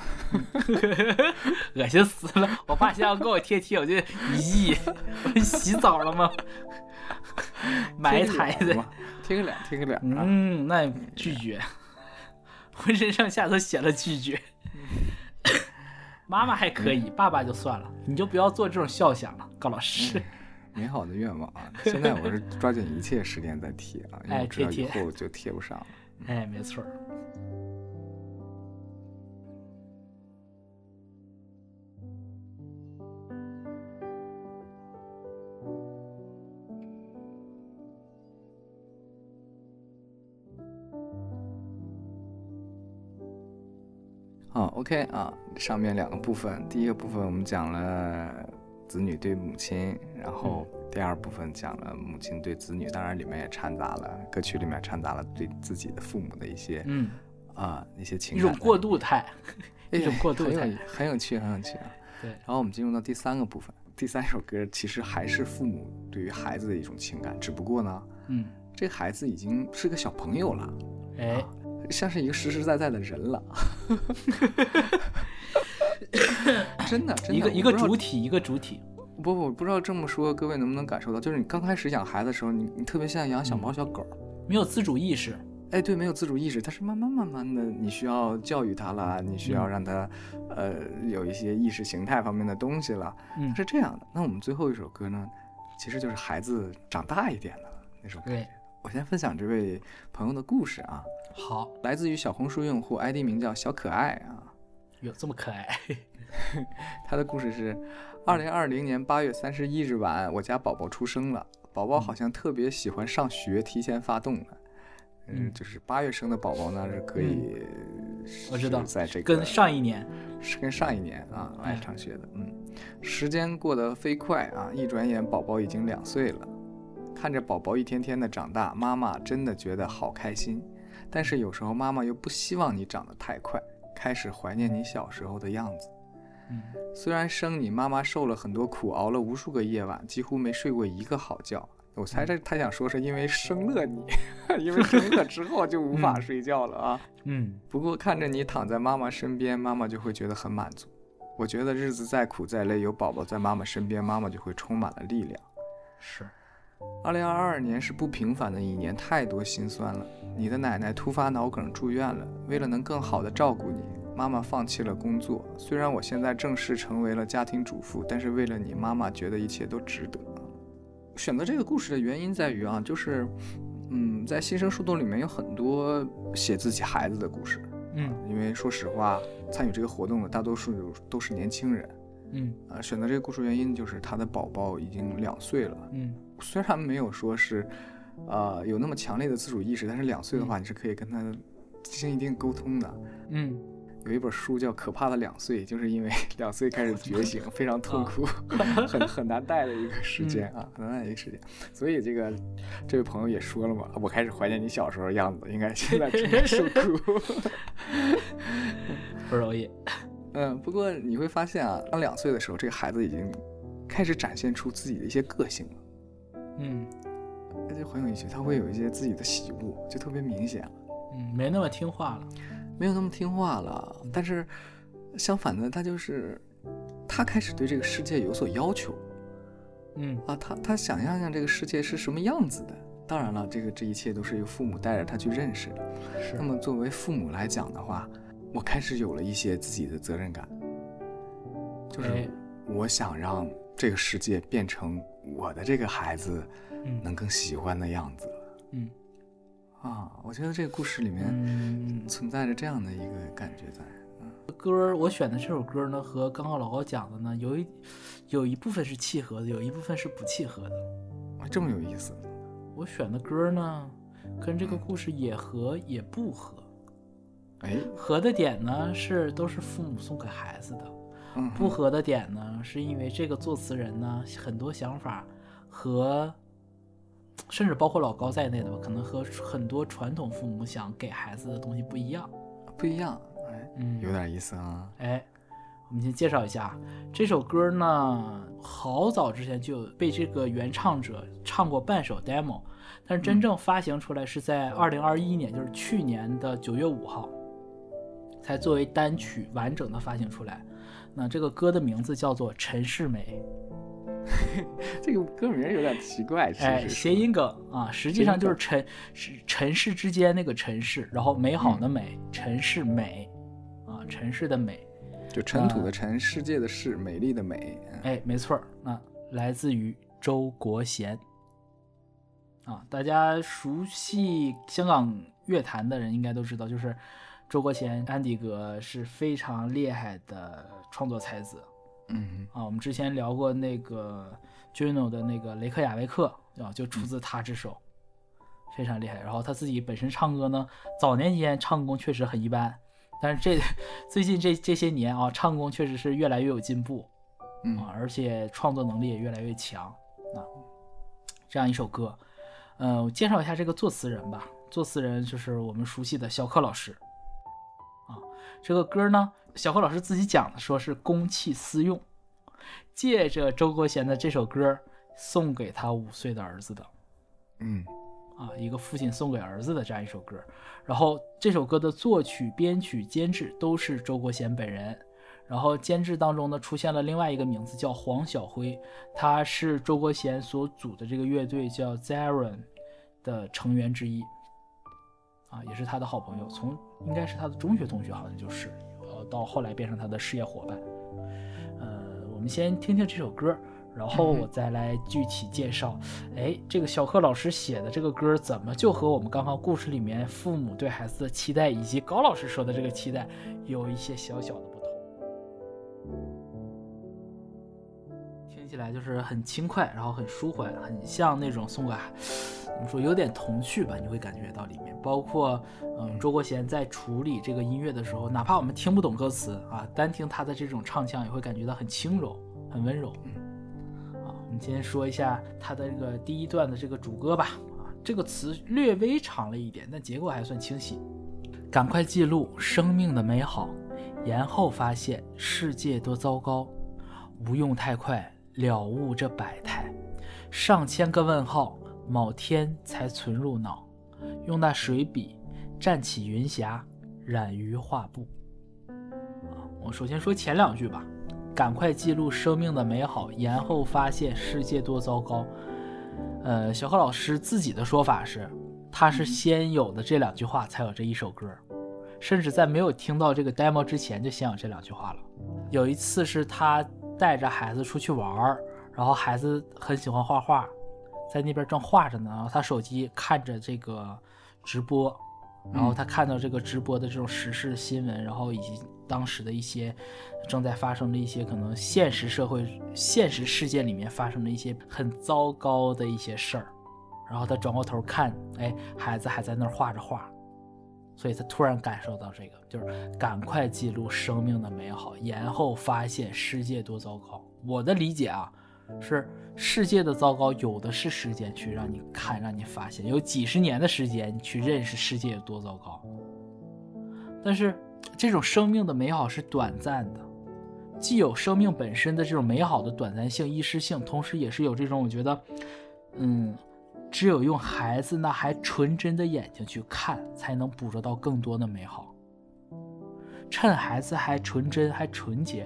恶心死了！我爸现在要跟我贴贴，我就咦，我洗澡了吗？买一台的， 贴个脸。 那拒绝，浑身上下都写了拒绝。妈妈还可以，爸爸就算了，你就不要做这种肖想了，高老师。 美好的愿望啊！现在我是抓紧一切时间在贴啊，因为我知道以后就贴不上了。 没错。 OK 上面2个部分，第一个部分我们讲了子女对母亲，然后第二部分讲了母亲对子女，当然里面也掺杂了歌曲里面掺杂了对自己的父母的一些一些情感， 一种过渡态，一种过渡态， 很有趣啊。 对， 然后我们进入到第3个部分，第3首歌其实还是父母对于孩子的一种情感，只不过呢，这个孩子已经是个小朋友了，像是一个实实在在的人了。真的一个主体，一个主体。 不知道这么说各位能不能感受到，就是你刚开始养孩子的时候，你特别像养小猫小狗， 没有自主意识。 对，没有自主意识，但是慢慢的，你需要教育他了，你需要让他有一些意识形态方面的东西了，是这样的。那我们最后一首歌呢，其实就是孩子长大一点的那首歌。我先分享这位朋友的故事啊。 好， 来自于小红书用户 ID 名叫小可爱啊。 有这么可爱？ 他的故事是2020年8月31日晚，我家宝宝出生了。宝宝好像特别喜欢上学，提前发动的。就是8月生的宝宝呢是可以， 我知道， 在这个跟上一年来上学的。时间过得飞快啊，一转眼宝宝已经2岁了。看着宝宝一天天的长大，妈妈真的觉得好开心。但是有时候妈妈又不希望你长得太快，开始怀念你小时候的样子。虽然生你妈妈受了很多苦，熬了无数个夜晚，几乎没睡过一个好觉。我猜他想说是因为生了你，因为生了之后就无法睡觉了啊。不过看着你躺在妈妈身边，妈妈就会觉得很满足。我觉得日子再苦再累，有宝宝在妈妈身边，妈妈就会充满了力量。 是。 2022年是不平凡的一年，太多心酸了。你的奶奶突发脑梗住院了，为了能更好的照顾你，妈妈放弃了工作。虽然我现在正式成为了家庭主妇，但是为了你，妈妈觉得一切都值得。选择这个故事的原因在于就是在新生树洞里面有很多写自己孩子的故事。因为说实话，参与这个活动的大多数都是年轻人。选择这个故事原因就是他的宝宝已经2岁了。虽然没有说是有那么强烈的自主意识，但是2岁的话，你是可以跟他进行一定沟通的。 有一本书叫《可怕的2岁》，就是因为2岁开始觉醒，非常痛苦，很难带的一个时间啊，很难带的一个时间。所以这位朋友也说了嘛，我开始怀念你小时候的样子，应该现在正在受苦， 不容易。 不过你会发现啊，当2岁的时候，这个孩子已经开始展现出自己的一些个性了。而且很有意思，他会有一些自己的喜恶，就特别明显了。 没那么听话了， 没有那么听话了。但是相反的，他开始对这个世界有所要求。他想象这个世界是什么样子的。当然了，这一切都是由父母带着他去认识的。那么作为父母来讲的话，我开始有了一些自己的责任感，就是我想让这个世界变成我的这个孩子能更喜欢的样子了。我觉得这个故事里面存在着这样的一个感觉在。 歌我选的这首歌呢，和刚刚老高讲的呢，有一部分是契合的，有一部分是不契合的。 这么有意思。 我选的歌呢，跟这个故事也合也不合。合的点呢都是父母送给孩子的，不合的点呢是因为这个作词人呢很多想法和甚至包括老高在内的吧，可能和很多传统父母想给孩子的东西不一样。有点意思啊。 我们先介绍一下这首歌呢，好早之前就被这个原唱者唱过半首 demo， 但是真正发行出来是在2021年，就是去年的9月5号才作为单曲完整的发行出来。那这个歌的名字叫做陈世美。 这个歌名有点奇怪， 谐音梗啊，实际上就是尘世之间那个尘世，然后美好的美，陈世美啊，尘世的美， 就尘土的尘，世界的世，美丽的美。 没错。那来自于周国贤啊，大家熟悉香港乐坛的人应该都知道，就是周国贤、安迪格是非常厉害的创作才子。我们之前聊过那个 Juno 的那个雷克雅维克就出自他之手，非常厉害。然后他自己本身唱歌呢，早年间唱功确实很一般，但是最近这些年唱功确实是越来越有进步，而且创作能力也越来越强。这样一首歌，我介绍一下这个作词人吧。作词人就是我们熟悉的小柯老师。这个歌呢，小柯老师自己讲的，说是公器私用，借着周国贤的这首歌送给他5岁的儿子的。一个父亲送给儿子的这样一首歌。然后这首歌的作曲、编曲、监制都是周国贤本人。然后监制当中呢，出现了另外一个名字叫黄晓辉，他是周国贤所组的这个乐队叫 Zaron 的成员之一。也是他的好朋友，应该是他的中学同学，好像就是到后来变成他的事业伙伴。我们先听听这首歌，然后我再来具体介绍。这个小柯老师写的这个歌怎么就和我们刚刚故事里面父母对孩子的期待，以及高老师说的这个期待有一些小小的不同。听起来就是很轻快，然后很舒缓，很像那种送给怎么说，有点童趣吧，你会感觉到里面包括周国贤在处理这个音乐的时候，哪怕我们听不懂歌词单听他的这种唱腔也会感觉到很轻柔很温柔。我们先说一下他的这个第一段的这个主歌吧。这个词略微长了一点，但结构还算清晰。赶快记录生命的美好，延后发现世界多糟糕，无用太快了悟这百态，上千个问号某天才存入脑，用那水笔蘸起云霞，染于画布。我首先说前2句吧。赶快记录生命的美好，延后发现世界多糟糕。小柯老师自己的说法是，他是先有的这2句话才有这一首歌，甚至在没有听到这个 demo 之前就先有这2句话了。有一次是他带着孩子出去玩，然后孩子很喜欢画画，在那边正画着呢，然后他手机看着这个直播，然后他看到这个直播的这种时事新闻，然后以及当时的一些正在发生的一些可能现实社会现实事件里面发生的一些很糟糕的一些事儿，然后他转过头看，孩子还在那儿画着画， 所以他突然感受到这个，就是赶快记录生命的美好，延后发现世界多糟糕。我的理解啊，是世界的糟糕有的是时间去让你看，让你发现，有几十年的时间去认识世界有多糟糕。但是这种生命的美好是短暂的，既有生命本身的这种美好的短暂性、一时性，同时也是有这种我觉得只有用孩子那还纯真的眼睛去看，才能捕捉到更多的美好。趁孩子还纯真还纯洁，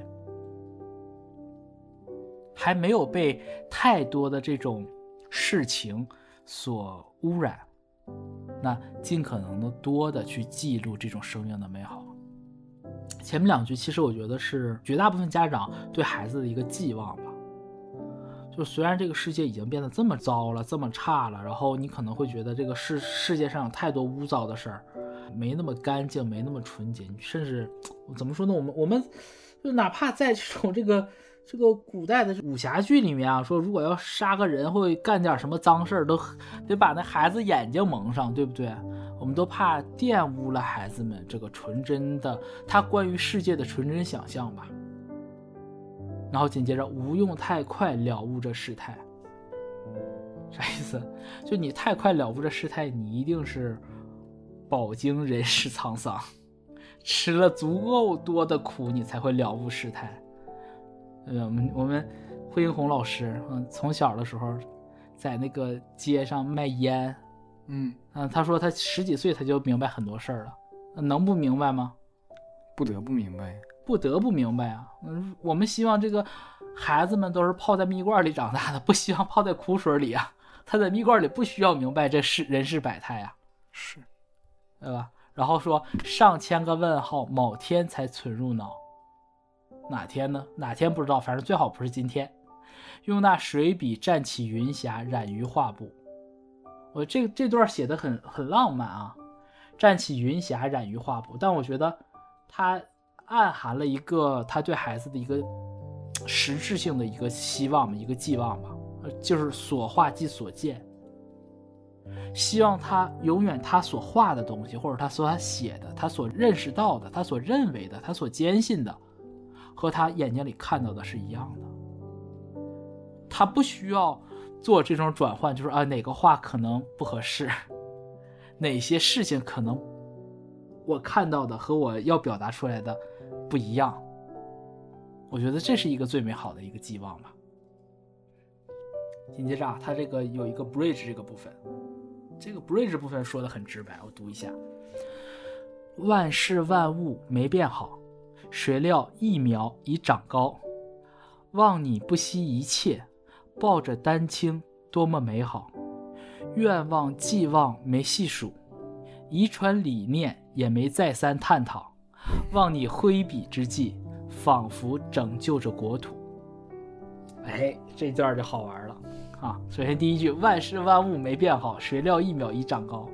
还没有被太多的这种事情所污染，那尽可能的多的去记录这种生命的美好。前面两句其实我觉得是绝大部分家长对孩子的一个寄望吧，就虽然这个世界已经变得这么糟了，这么差了，然后你可能会觉得这个世界上有太多污糟的事儿，没那么干净，没那么纯洁，甚至怎么说呢，我们就哪怕在这个古代的武侠剧里面啊，说如果要杀个人或干点什么脏事儿，都得把那孩子眼睛蒙上，对不对？我们都怕玷污了孩子们这个纯真的他关于世界的纯真想象吧。然后紧接着无用太快了悟这事态，啥意思？就你太快了悟这事态，你一定是饱经人世沧桑，吃了足够多的苦，你才会了悟事态。我们惠英红老师，从小的时候在那个街上卖烟，他说他10几岁他就明白很多事儿了，能不明白吗？ 不得不明白， 不得不明白啊！我们希望这个孩子们都是泡在蜜罐里长大的，不希望泡在苦水里啊。他在蜜罐里不需要明白这人世百态啊， 是， 对吧？然后说上千个问号，某天才存入脑。哪天呢？哪天不知道，反正最好不是今天。用那水笔蘸起云霞，染于画布。我这段写的很浪漫啊，蘸起云霞，染于画布。但我觉得它暗含了一个他对孩子的一个实质性的一个希望吧，一个寄望吧，就是所画即所见。希望他永远他所画的东西，或者他所写的，他所认识到的，他所认为的，他所坚信的，和他眼睛里看到的是一样的。他不需要做这种转换，就是哪个话可能不合适，哪些事情可能我看到的和我要表达出来的不一样。我觉得这是一个最美好的一个寄望吧。紧接着他这个有一个 bridge 这个部分，这个 bridge 部分说的很直白，我读一下：万事万物没变好，谁料一苗已长高。望你不惜一切，抱着丹青多么美好。愿望寄望没细数，遗传理念也没再三探讨。望你挥笔之际，仿佛拯救着国土。这段就好玩了啊！首先第一句，万事万物没变好，谁料一苗已长高。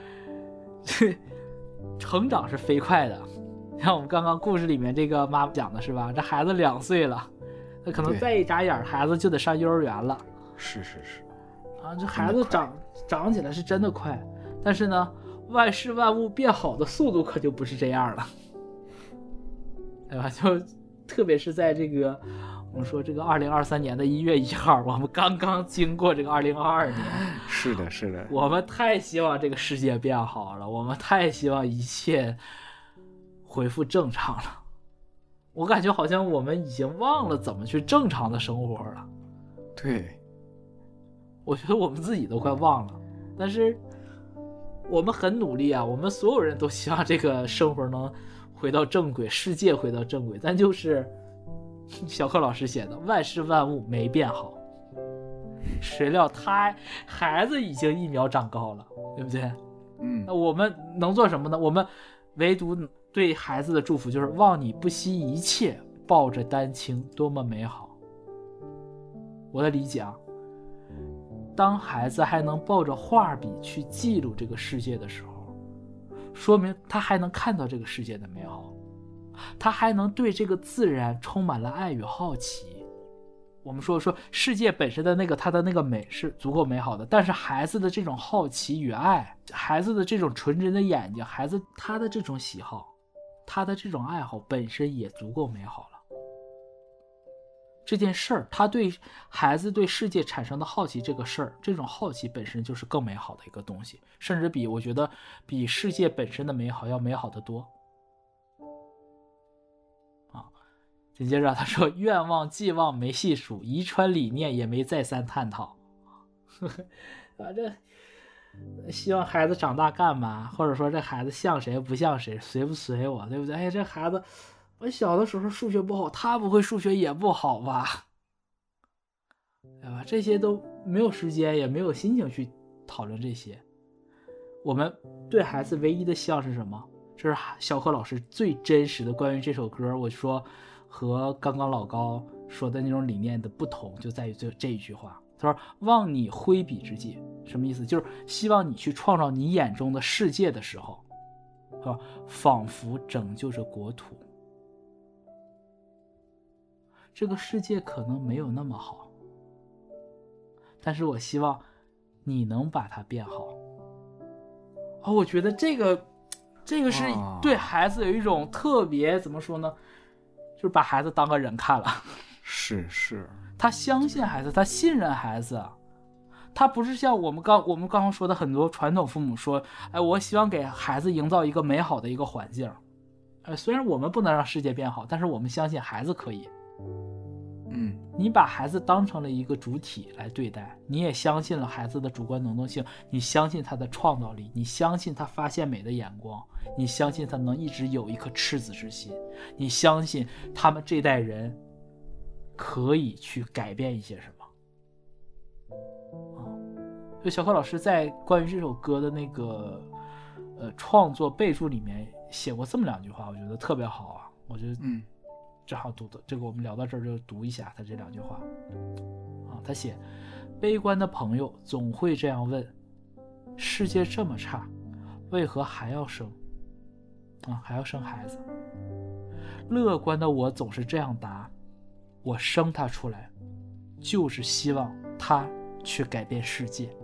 成长是飞快的，像我们刚刚故事里面这个妈妈讲的是吧？这孩子2岁了，那可能再一眨眼，孩子就得上幼儿园了。 是啊，这孩子长起来是真的快，但是呢，万事万物变好的速度可就不是这样了，对吧？就特别是在这个我们说这个2023年的1月1号，我们刚刚经过这个2022年。 是的， 我们太希望这个世界变好了，我们太希望一切恢复正常了。我感觉好像我们已经忘了怎么去正常的生活了。 对， 我觉得我们自己都快忘了，但是我们很努力啊，我们所有人都希望这个生活能回到正轨，世界回到正轨，但就是小柯老师写的万事万物没变好，谁料孩子已经1苗长高了，对不对？那我们能做什么呢？我们唯独对孩子的祝福就是望你不惜一切，抱着丹青多么美好。我的理解啊，当孩子还能抱着画笔去记录这个世界的时候，说明他还能看到这个世界的美好，他还能对这个自然充满了爱与好奇。 我们说世界本身的它的那个美是足够美好的，但是孩子的这种好奇与爱，孩子的这种纯真的眼睛，孩子他的这种喜好，他的这种爱好本身也足够美好了。这件事儿，他对孩子对世界产生的好奇这个事儿，这种好奇本身就是更美好的一个东西，甚至我觉得比世界本身的美好要美好得多。紧接着他说，愿望寄望没细数，遗传理念也没再三探讨。这希望孩子长大干嘛，或者说这孩子像谁不像谁，随不随我，对不对？这孩子我小的时候数学不好，他不会数学也不好吧，对吧？这些都没有时间也没有心情去讨论这些。我们对孩子唯一的希望是什么？这是小可老师最真实的关于这首歌，我说和刚刚老高说的那种理念的不同就在于这一句话。他说望你挥笔之际，什么意思？就是希望你去创造你眼中的世界的时候，是吧？仿佛拯救着国土。这个世界可能没有那么好，但是我希望你能把它变好。我觉得这个是对孩子有一种特别，怎么说呢，就是把孩子当个人看了。 是他相信孩子，他信任孩子，他不是像我们刚刚说的很多传统父母说，我希望给孩子营造一个美好的一个环境。虽然我们不能让世界变好，但是我们相信孩子可以。你把孩子当成了一个主体来对待，你也相信了孩子的主观能动性，你相信他的创造力，你相信他发现美的眼光，你相信他能一直有一颗赤子之心，你相信他们这代人可以去改变一些什么。就小柯老师在关于这首歌的那个创作备注里面写过这么2句话，我觉得特别好啊。我觉得正好读的这个，我们聊到这儿就读一下他这2句话他写，悲观的朋友总会这样问，世界这么差，为何还要生孩子？乐观的我总是这样答，我生他出来就是希望他去改变世界。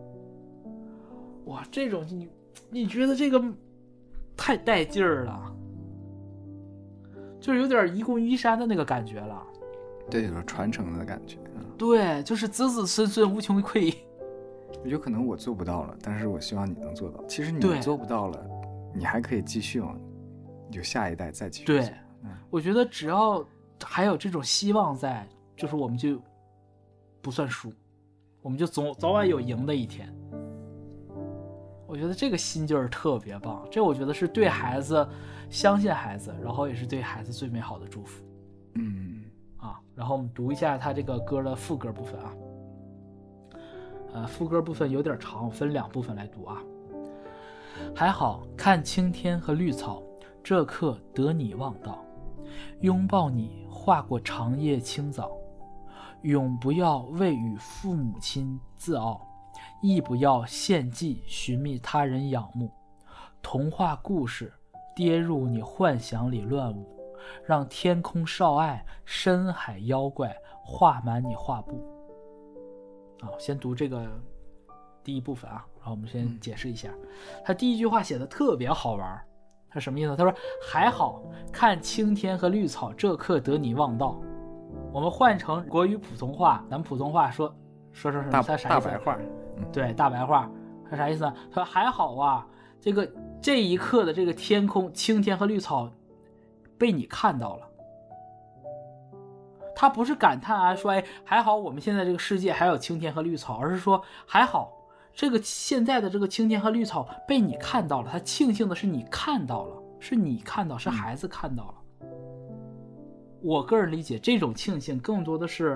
哇，这种你觉得这个太带劲儿了，就是有点移公移山的那个感觉了。 对，有点传承的感觉。 对，就是子子孙孙无穷匮。 有可能我做不到了，但是我希望你能做到。其实你做不到了，你还可以继续往，你就下一代再继续做。 对，我觉得只要还有这种希望在，就是我们就不算输，我们就早晚有赢的一天。我觉得这个心劲儿特别棒，这我觉得是对孩子相信孩子，然后也是对孩子最美好的祝福。然后我们读一下他这个歌的副歌部分副歌部分有点长，分2部分来读啊。还好看青天和绿草，这刻得你望到，拥抱你划过长夜清早，永不要为与父母亲自傲，亦不要献祭寻觅他人仰慕，童话故事跌入你幻想里乱舞，让天空少爱，深海妖怪画满你画布。先读这个第一部分然后我们先解释一下。他第一句话写的特别好玩，他什么意思？他说还好看青天和绿草，这刻得你望到。我们换成国语普通话，咱们普通话说什么？他啥意思？ 大白话。 对，大白话。他啥意思呢？他说还好啊，这一刻的这个天空，青天和绿草被你看到了。他不是感叹说还好我们现在这个世界还有青天和绿草，而是说还好这个现在的这个青天和绿草被你看到了。他庆幸的是你看到了，是你看到，是孩子看到了。我个人理解，这种庆幸更多的是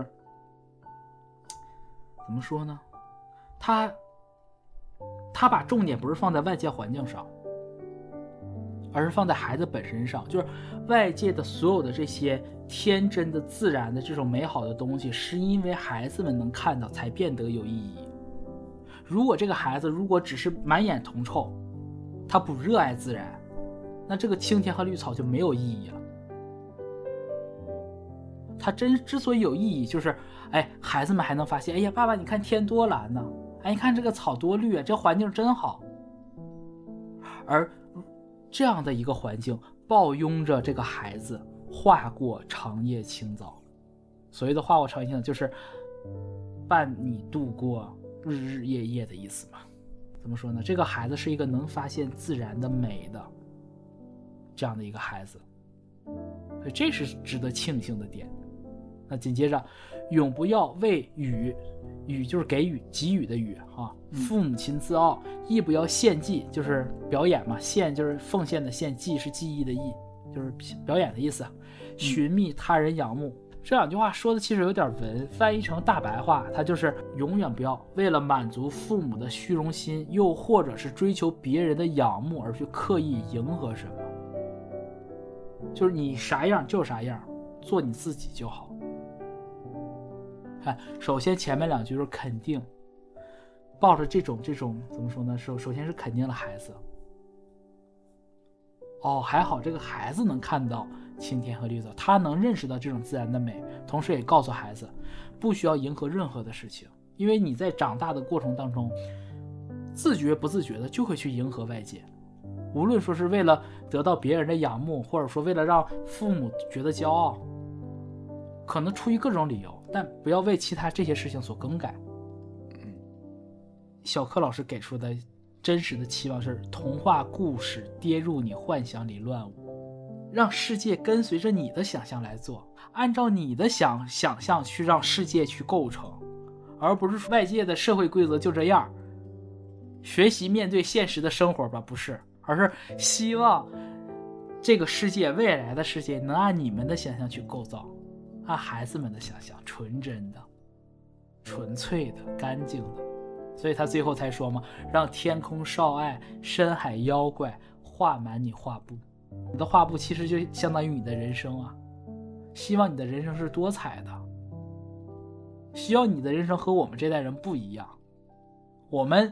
怎么说呢？他把重点不是放在外界环境上，而是放在孩子本身上。就是外界的所有的这些天真的自然的这种美好的东西，是因为孩子们能看到才变得有意义。如果这个孩子只是满眼铜臭，他不热爱自然，那这个青天和绿草就没有意义了。 它之所以有意义，就是孩子们还能发现，哎呀，爸爸你看天多蓝呢，你看这个草多绿啊，这环境真好。而这样的一个环境抱拥着这个孩子划过长夜清早。所谓的划过长夜清早，就是伴你度过日日夜夜的意思嘛。怎么说呢？这个孩子是一个能发现自然的美的这样的一个孩子，所以这是值得庆幸的点。那紧接着，永不要为予就是给予给予的予啊，父母亲自傲，亦不要献技，就是表演嘛，献就是奉献的献，技是技艺的艺，就是表演的意思。寻觅他人仰慕，这两句话说的其实有点文，翻译成大白话，它就是永远不要为了满足父母的虚荣心，又或者是追求别人的仰慕而去刻意迎合什么，就是你啥样就啥样，做你自己就好。首先前面两句就是肯定，抱着这种怎么说呢？首先是肯定了孩子。还好这个孩子能看到青天和绿色，他能认识到这种自然的美，同时也告诉孩子，不需要迎合任何的事情，因为你在长大的过程当中，自觉不自觉的就会去迎合外界，无论说是为了得到别人的仰慕，或者说为了让父母觉得骄傲，可能出于各种理由，但不要为其他这些事情所更改。小柯老师给出的真实的期望是，童话故事跌入你幻想里乱舞，让世界跟随着你的想象来做，按照你的想象去让世界去构成，而不是外界的社会规则就这样，学习面对现实的生活吧，不是，而是希望这个世界，未来的世界能按你们的想象去构造，按孩子们的想象，纯真的、纯粹的、干净的。所以他最后才说嘛，让天空少爱，深海妖怪画满你画布。你的画布其实就相当于你的人生啊，希望你的人生是多彩的，希望你的人生和我们这代人不一样。我们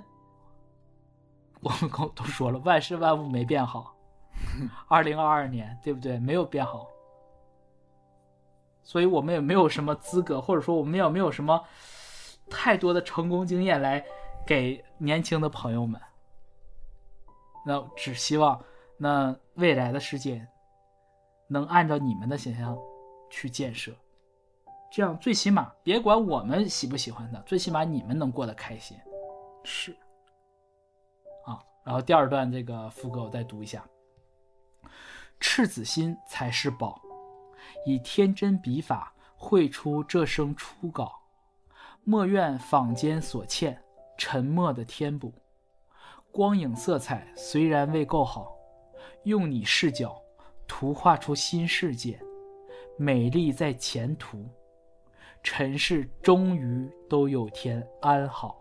都说了，万事万物没变好，2022年对不对？没有变好，所以我们也没有什么资格，或者说我们也没有什么太多的成功经验来给年轻的朋友们。那只希望那未来的世界能按照你们的想象去建设，这样最起码别管我们喜不喜欢它，最起码你们能过得开心。 是然后第二段这个副歌我再读一下。赤子心才是宝，以天真笔法绘出这声初稿，莫怨坊间所欠，沉默的填补。光影色彩虽然未够好，用你视角图画出新世界，美丽在前途，尘世终于都有天安好。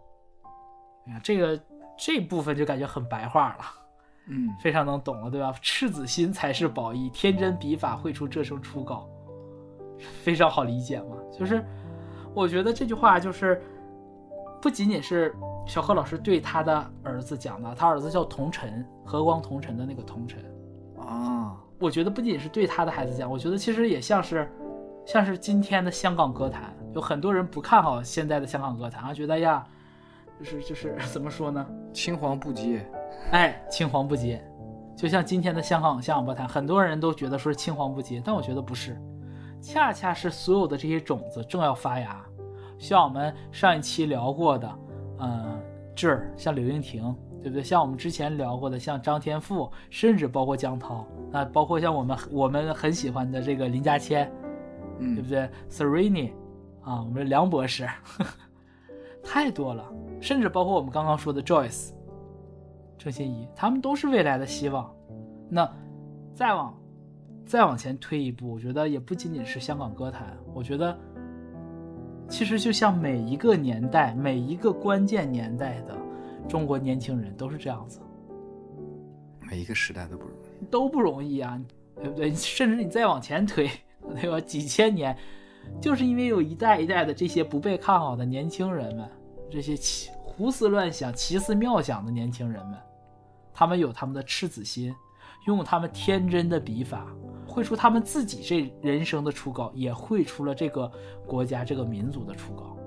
这部分就感觉很白话了，非常能懂了，对吧？赤子心才是宝，以天真笔法绘出这声初稿，非常好理解嘛。就是我觉得这句话就是不仅仅是小柯老师对他的儿子讲的，他儿子叫童晨，和光同尘的那个童晨啊。我觉得不仅是对他的孩子讲，我觉得其实也像是今天的香港歌坛，有很多人不看好现在的香港歌坛，觉得呀，就是怎么说呢？ 青黄不接。 青黄不接，就像今天的香港歌坛，很多人都觉得说是青黄不接，但我觉得不是，恰恰是所有的这些种子正要发芽。像我们上一期聊过的，像刘英婷，对不对？像我们之前聊过的，像张天赋，甚至包括江涛，那包括像我们很喜欢的这个林家谦，对不对 ？Serrini 我们的梁博士，太多了，甚至包括我们刚刚说的 Joyce、郑欣宜，他们都是未来的希望。那再往前推一步，我觉得也不仅仅是香港歌坛，我觉得其实就像每一个年代，每一个关键年代的中国年轻人都是这样子， 每一个时代都不容易啊，对不对？甚至你再往前推，对吧？几千年，就是因为有一代一代的这些不被看好的年轻人们，这些胡思乱想、奇思妙想的年轻人们，他们有他们的赤子心， 用他们天真的笔法绘出他们自己这人生的初稿，也绘出了这个国家这个民族的初稿。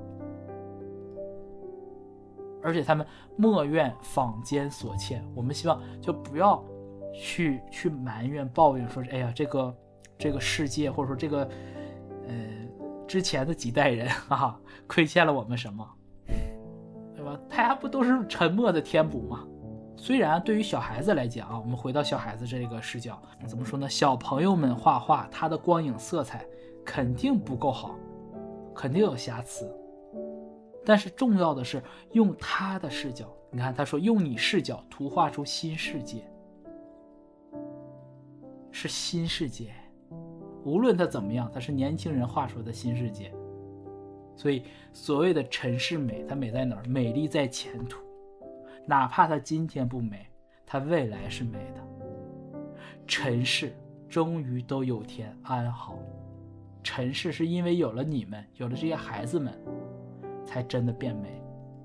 而且他们莫怨坊间所欠，我们希望就不要去埋怨抱怨说，哎呀，这个世界或者说这个之前的几代人啊亏欠了我们什么，对吧？大家不都是沉默的填补吗？虽然对于小孩子来讲啊，我们回到小孩子这个视角，怎么说呢？小朋友们画画，他的光影色彩肯定不够好，肯定有瑕疵。但是重要的是用他的视角，你看他说用你视角图画出新世界，是新世界，无论他怎么样，他是年轻人画出的新世界。所以所谓的尘世美，它美在哪儿？美丽在前途，哪怕它今天不美，它未来是美的。尘世终于都有天安好，尘世是因为有了你们，有了这些孩子们，才真的变美。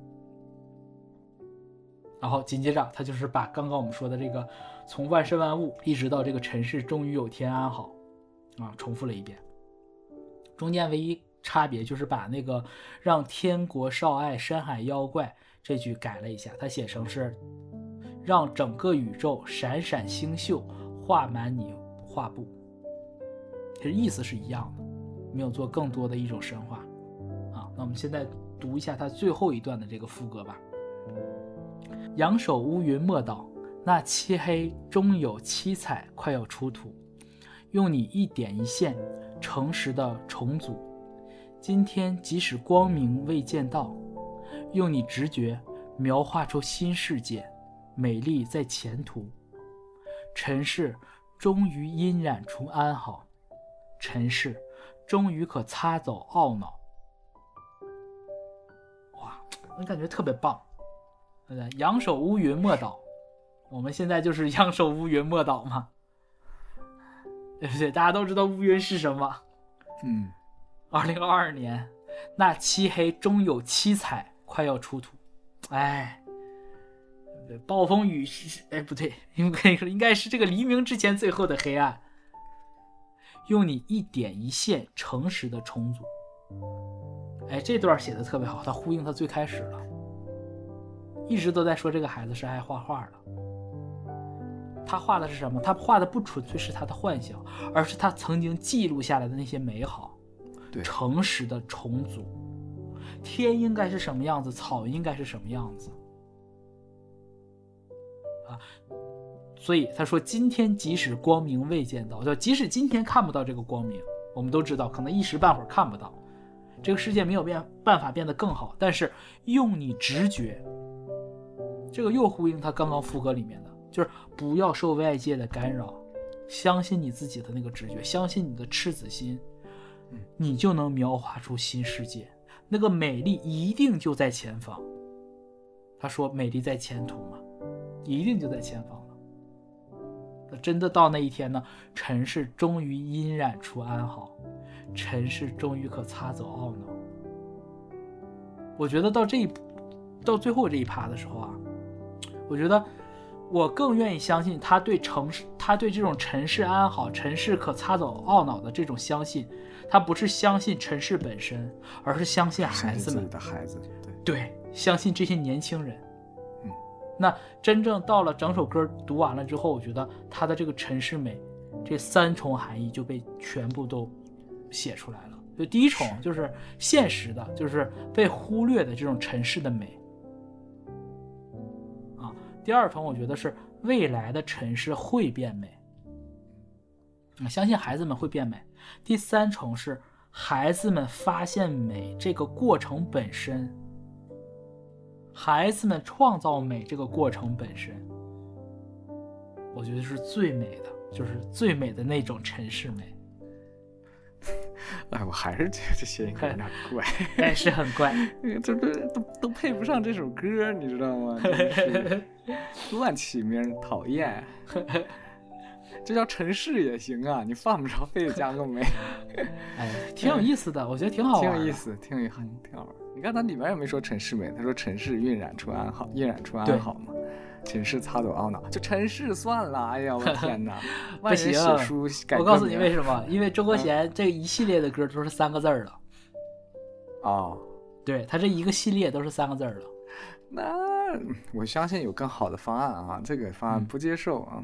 然后紧接着他就是把刚刚我们说的这个从万事万物一直到这个尘世终于有天安好重复了一遍。中间唯一差别就是把那个让天国少爱山海妖怪这句改了一下，他写成是让整个宇宙闪闪星宿画满你画布，其实意思是一样的，没有做更多的一种神话那我们现在读一下他最后一段的这个副歌吧。仰首乌云莫倒，那漆黑终有七彩快要出土，用你一点一线诚实的重组，今天即使光明未见到，用你直觉描画出新世界，美丽在前途，尘世终于阴染出安好，尘世终于可擦走懊恼。哇，我感觉特别棒。仰首乌云莫倒，我们现在就是仰首乌云莫倒嘛，对不对？大家都知道乌云是什么。2022年，那漆黑终有七彩快要出土。暴风雨不对，应该是这个黎明之前最后的黑暗。用你一点一线诚实的重组。这段写的特别好，它呼应它最开始了。一直都在说这个孩子是爱画画的，他画的是什么？他画的不纯粹是他的幻想，而是他曾经记录下来的那些美好， 对， 诚实的重组。天应该是什么样子，草应该是什么样子所以他说今天即使光明未见到，就即使今天看不到这个光明，我们都知道可能一时半会儿看不到，这个世界没有办法变得更好，但是用你直觉，这个又呼应他刚刚副歌里面的，就是不要受外界的干扰，相信你自己的那个直觉，相信你的赤子心，你就能描画出新世界，那个美丽一定就在前方。他说美丽在前途嘛，一定就在前方了。真的到那一天呢，尘世终于阴染出安好，尘世终于可擦走懊恼。我觉得到最后这一趴的时候我觉得我更愿意相信他对这种尘世安好，尘世可擦走懊恼的这种相信，他不是相信尘世本身，而是相信孩子们， 自己的孩子， 对，相信这些年轻人。那真正到了整首歌读完了之后，我觉得他的这个尘世美这三重含义就被全部都写出来了。就第一重就是现实的，就是被忽略的这种尘世的美第二重我觉得是未来的尘世会变美，相信孩子们会变美。第三重是孩子们发现美这个过程本身，孩子们创造美这个过程本身，我觉得是最美的，就是最美的那种尘世美。 我还是觉得这谐音梗有点怪， 是很怪， 这都配不上这首歌，你知道吗？乱起名，讨厌。 这叫陈氏也行啊，你犯不着非得加个梅。 哎，挺有意思的，我觉得挺好玩， 挺有意思，挺好玩。你看它里面也没说陈世美，他说陈氏晕染出安好，晕染出安好嘛。陈氏擦走懊恼，就陈氏算了。哎呀，我天哪！ 不行，我告诉你为什么？因为周国贤这一系列的歌都是3个字的。 哦， 对，他这一个系列都是3个字的。 那我相信有更好的方案啊，这个方案不接受啊。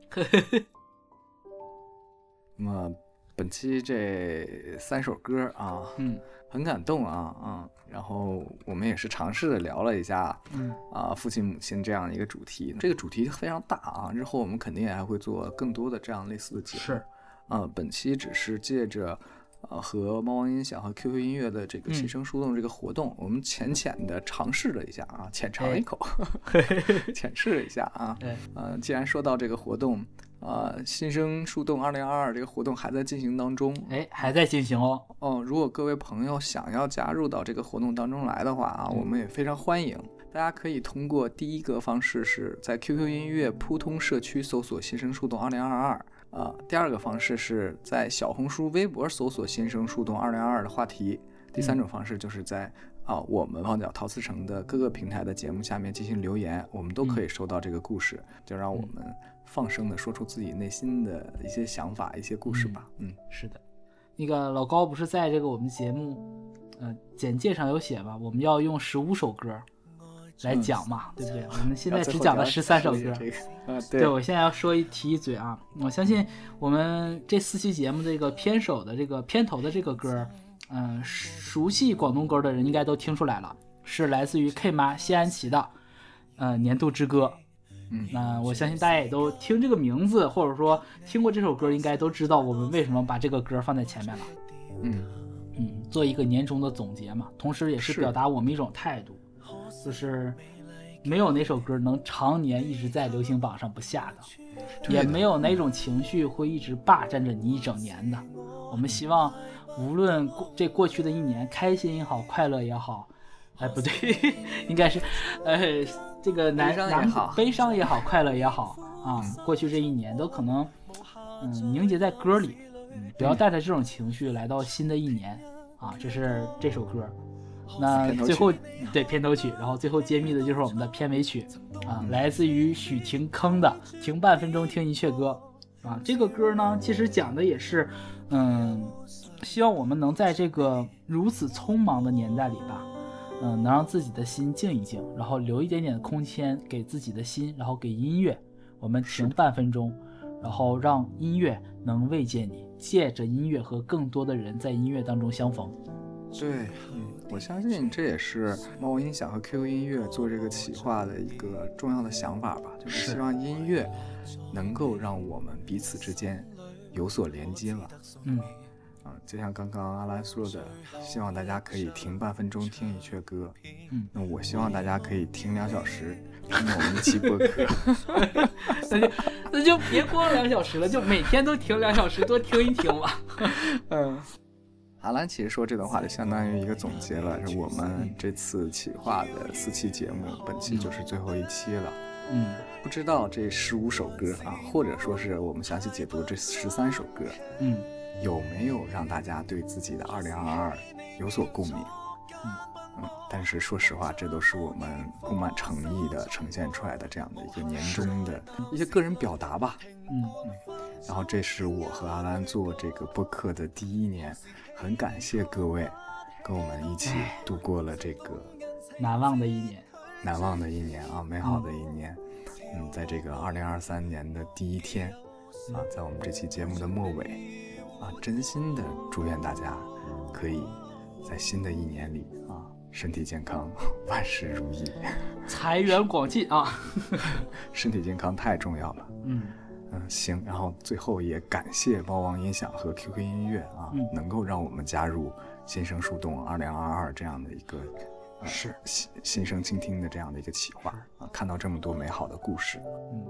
那么本期这3首歌啊，很感动啊，然后我们也是尝试的聊了一下，父亲母亲这样一个主题，这个主题非常大啊，日后我们肯定也还会做更多的这样类似的节目。 是， 本期只是借着和猫王音响和 QQ 音乐的这个心声树洞这个活动，我们浅浅的尝试了一下啊，浅尝一口，浅试了一下啊。既然说到这个活动。新生树洞2022这个活动还在进行当中， 还在进行哦。 如果各位朋友想要加入到这个活动当中来的话啊，我们也非常欢迎。大家可以通过第一个方式是在 QQ 音乐扑通社区搜索新生树洞2022，第二个方式是在小红书、微博搜索新生树洞2022的话题，第三种方式就是在我们旺角陶瓷城的各个平台的节目下面进行留言，我们都可以收到这个故事，就让我们放声的说出自己内心的一些想法、一些故事吧。 是的，那个老高不是在这个我们节目简介上有写嘛，我们要用15首歌来讲嘛，对不对？我们现在只讲了13首歌。对，我现在要提一嘴啊，我相信我们这4期节目这个片头的这个歌，熟悉广东歌的人应该都听出来了，是来自于 K 妈谢安琪的年度之歌。那我相信大家也都听这个名字，或者说听过这首歌，应该都知道我们为什么把这个歌放在前面了。做一个年终的总结嘛，同时也是表达我们一种态度，就是没有哪首歌能常年一直在流行榜上不下的，也没有哪种情绪会一直霸占着你一整年的。我们希望无论这过去的1年开心也好，快乐也好，不对，应该是这个悲伤也好，快乐也好啊，过去这1年都可能凝结在歌里，不要带着这种情绪来到新的1年啊。这是这首歌。那最后对片头曲，然后最后揭秘的就是我们的片尾曲啊，来自于许廷铿的《停半分钟听一阙歌》啊。这个歌呢，其实讲的也是希望我们能在这个如此匆忙的年代里吧，能让自己的心静一静，然后留一点点的空间给自己的心，然后给音乐。我们停半分钟，然后让音乐能慰藉你，借着音乐和更多的人在音乐当中相逢。 对，我相信这也是猫王音响和 QQ 音乐做这个企划的一个重要的想法吧，就是希望音乐能够让我们彼此之间有所连接吧。就像刚刚阿兰说的，希望大家可以停半分钟听一阙歌。那我希望大家可以停2小时听我们一期播客。 那就别光2小时了，就每天都停2小时，多听一听吧。 阿兰其实说这段话就相当于一个总结了，是我们这次企划的4期节目，本期就是最后1期了。不知道这15首歌啊，或者说是我们详细解读这13首歌，有没有让大家对自己的2022有所共鸣？但是说实话，这都是我们充满诚意的呈现出来的这样的一个年终的一些个人表达吧。然后这是我和阿兰做这个播客的第1年，很感谢各位跟我们一起度过了这个难忘的一年啊，美好的1年。在这个2023年的第1天啊，在我们这期节目的末尾啊，真心的祝愿大家可以在新的1年里啊，身体健康，万事如意， 财源广进啊。 身体健康太重要了。行，然后最后也感谢猫王音响和 QQ 音乐啊，能够让我们加入新生树洞2022这样的一个新生倾听的这样的一个企划啊，看到这么多美好的故事。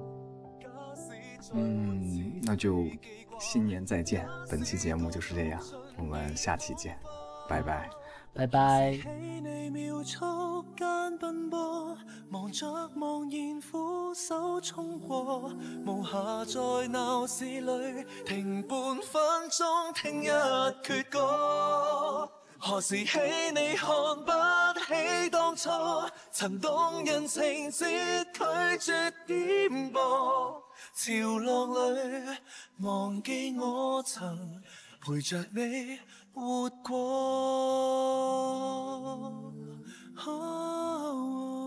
那就新年再见，本期节目就是这样，我们下期见，拜拜。 拜拜。 忙着茫然俯手衝過，無暇在鬧市裏停半分鐘聽一闕歌。何時起你看不起當初曾動人情節拒絕點播，潮浪裏忘記我曾陪着你活過。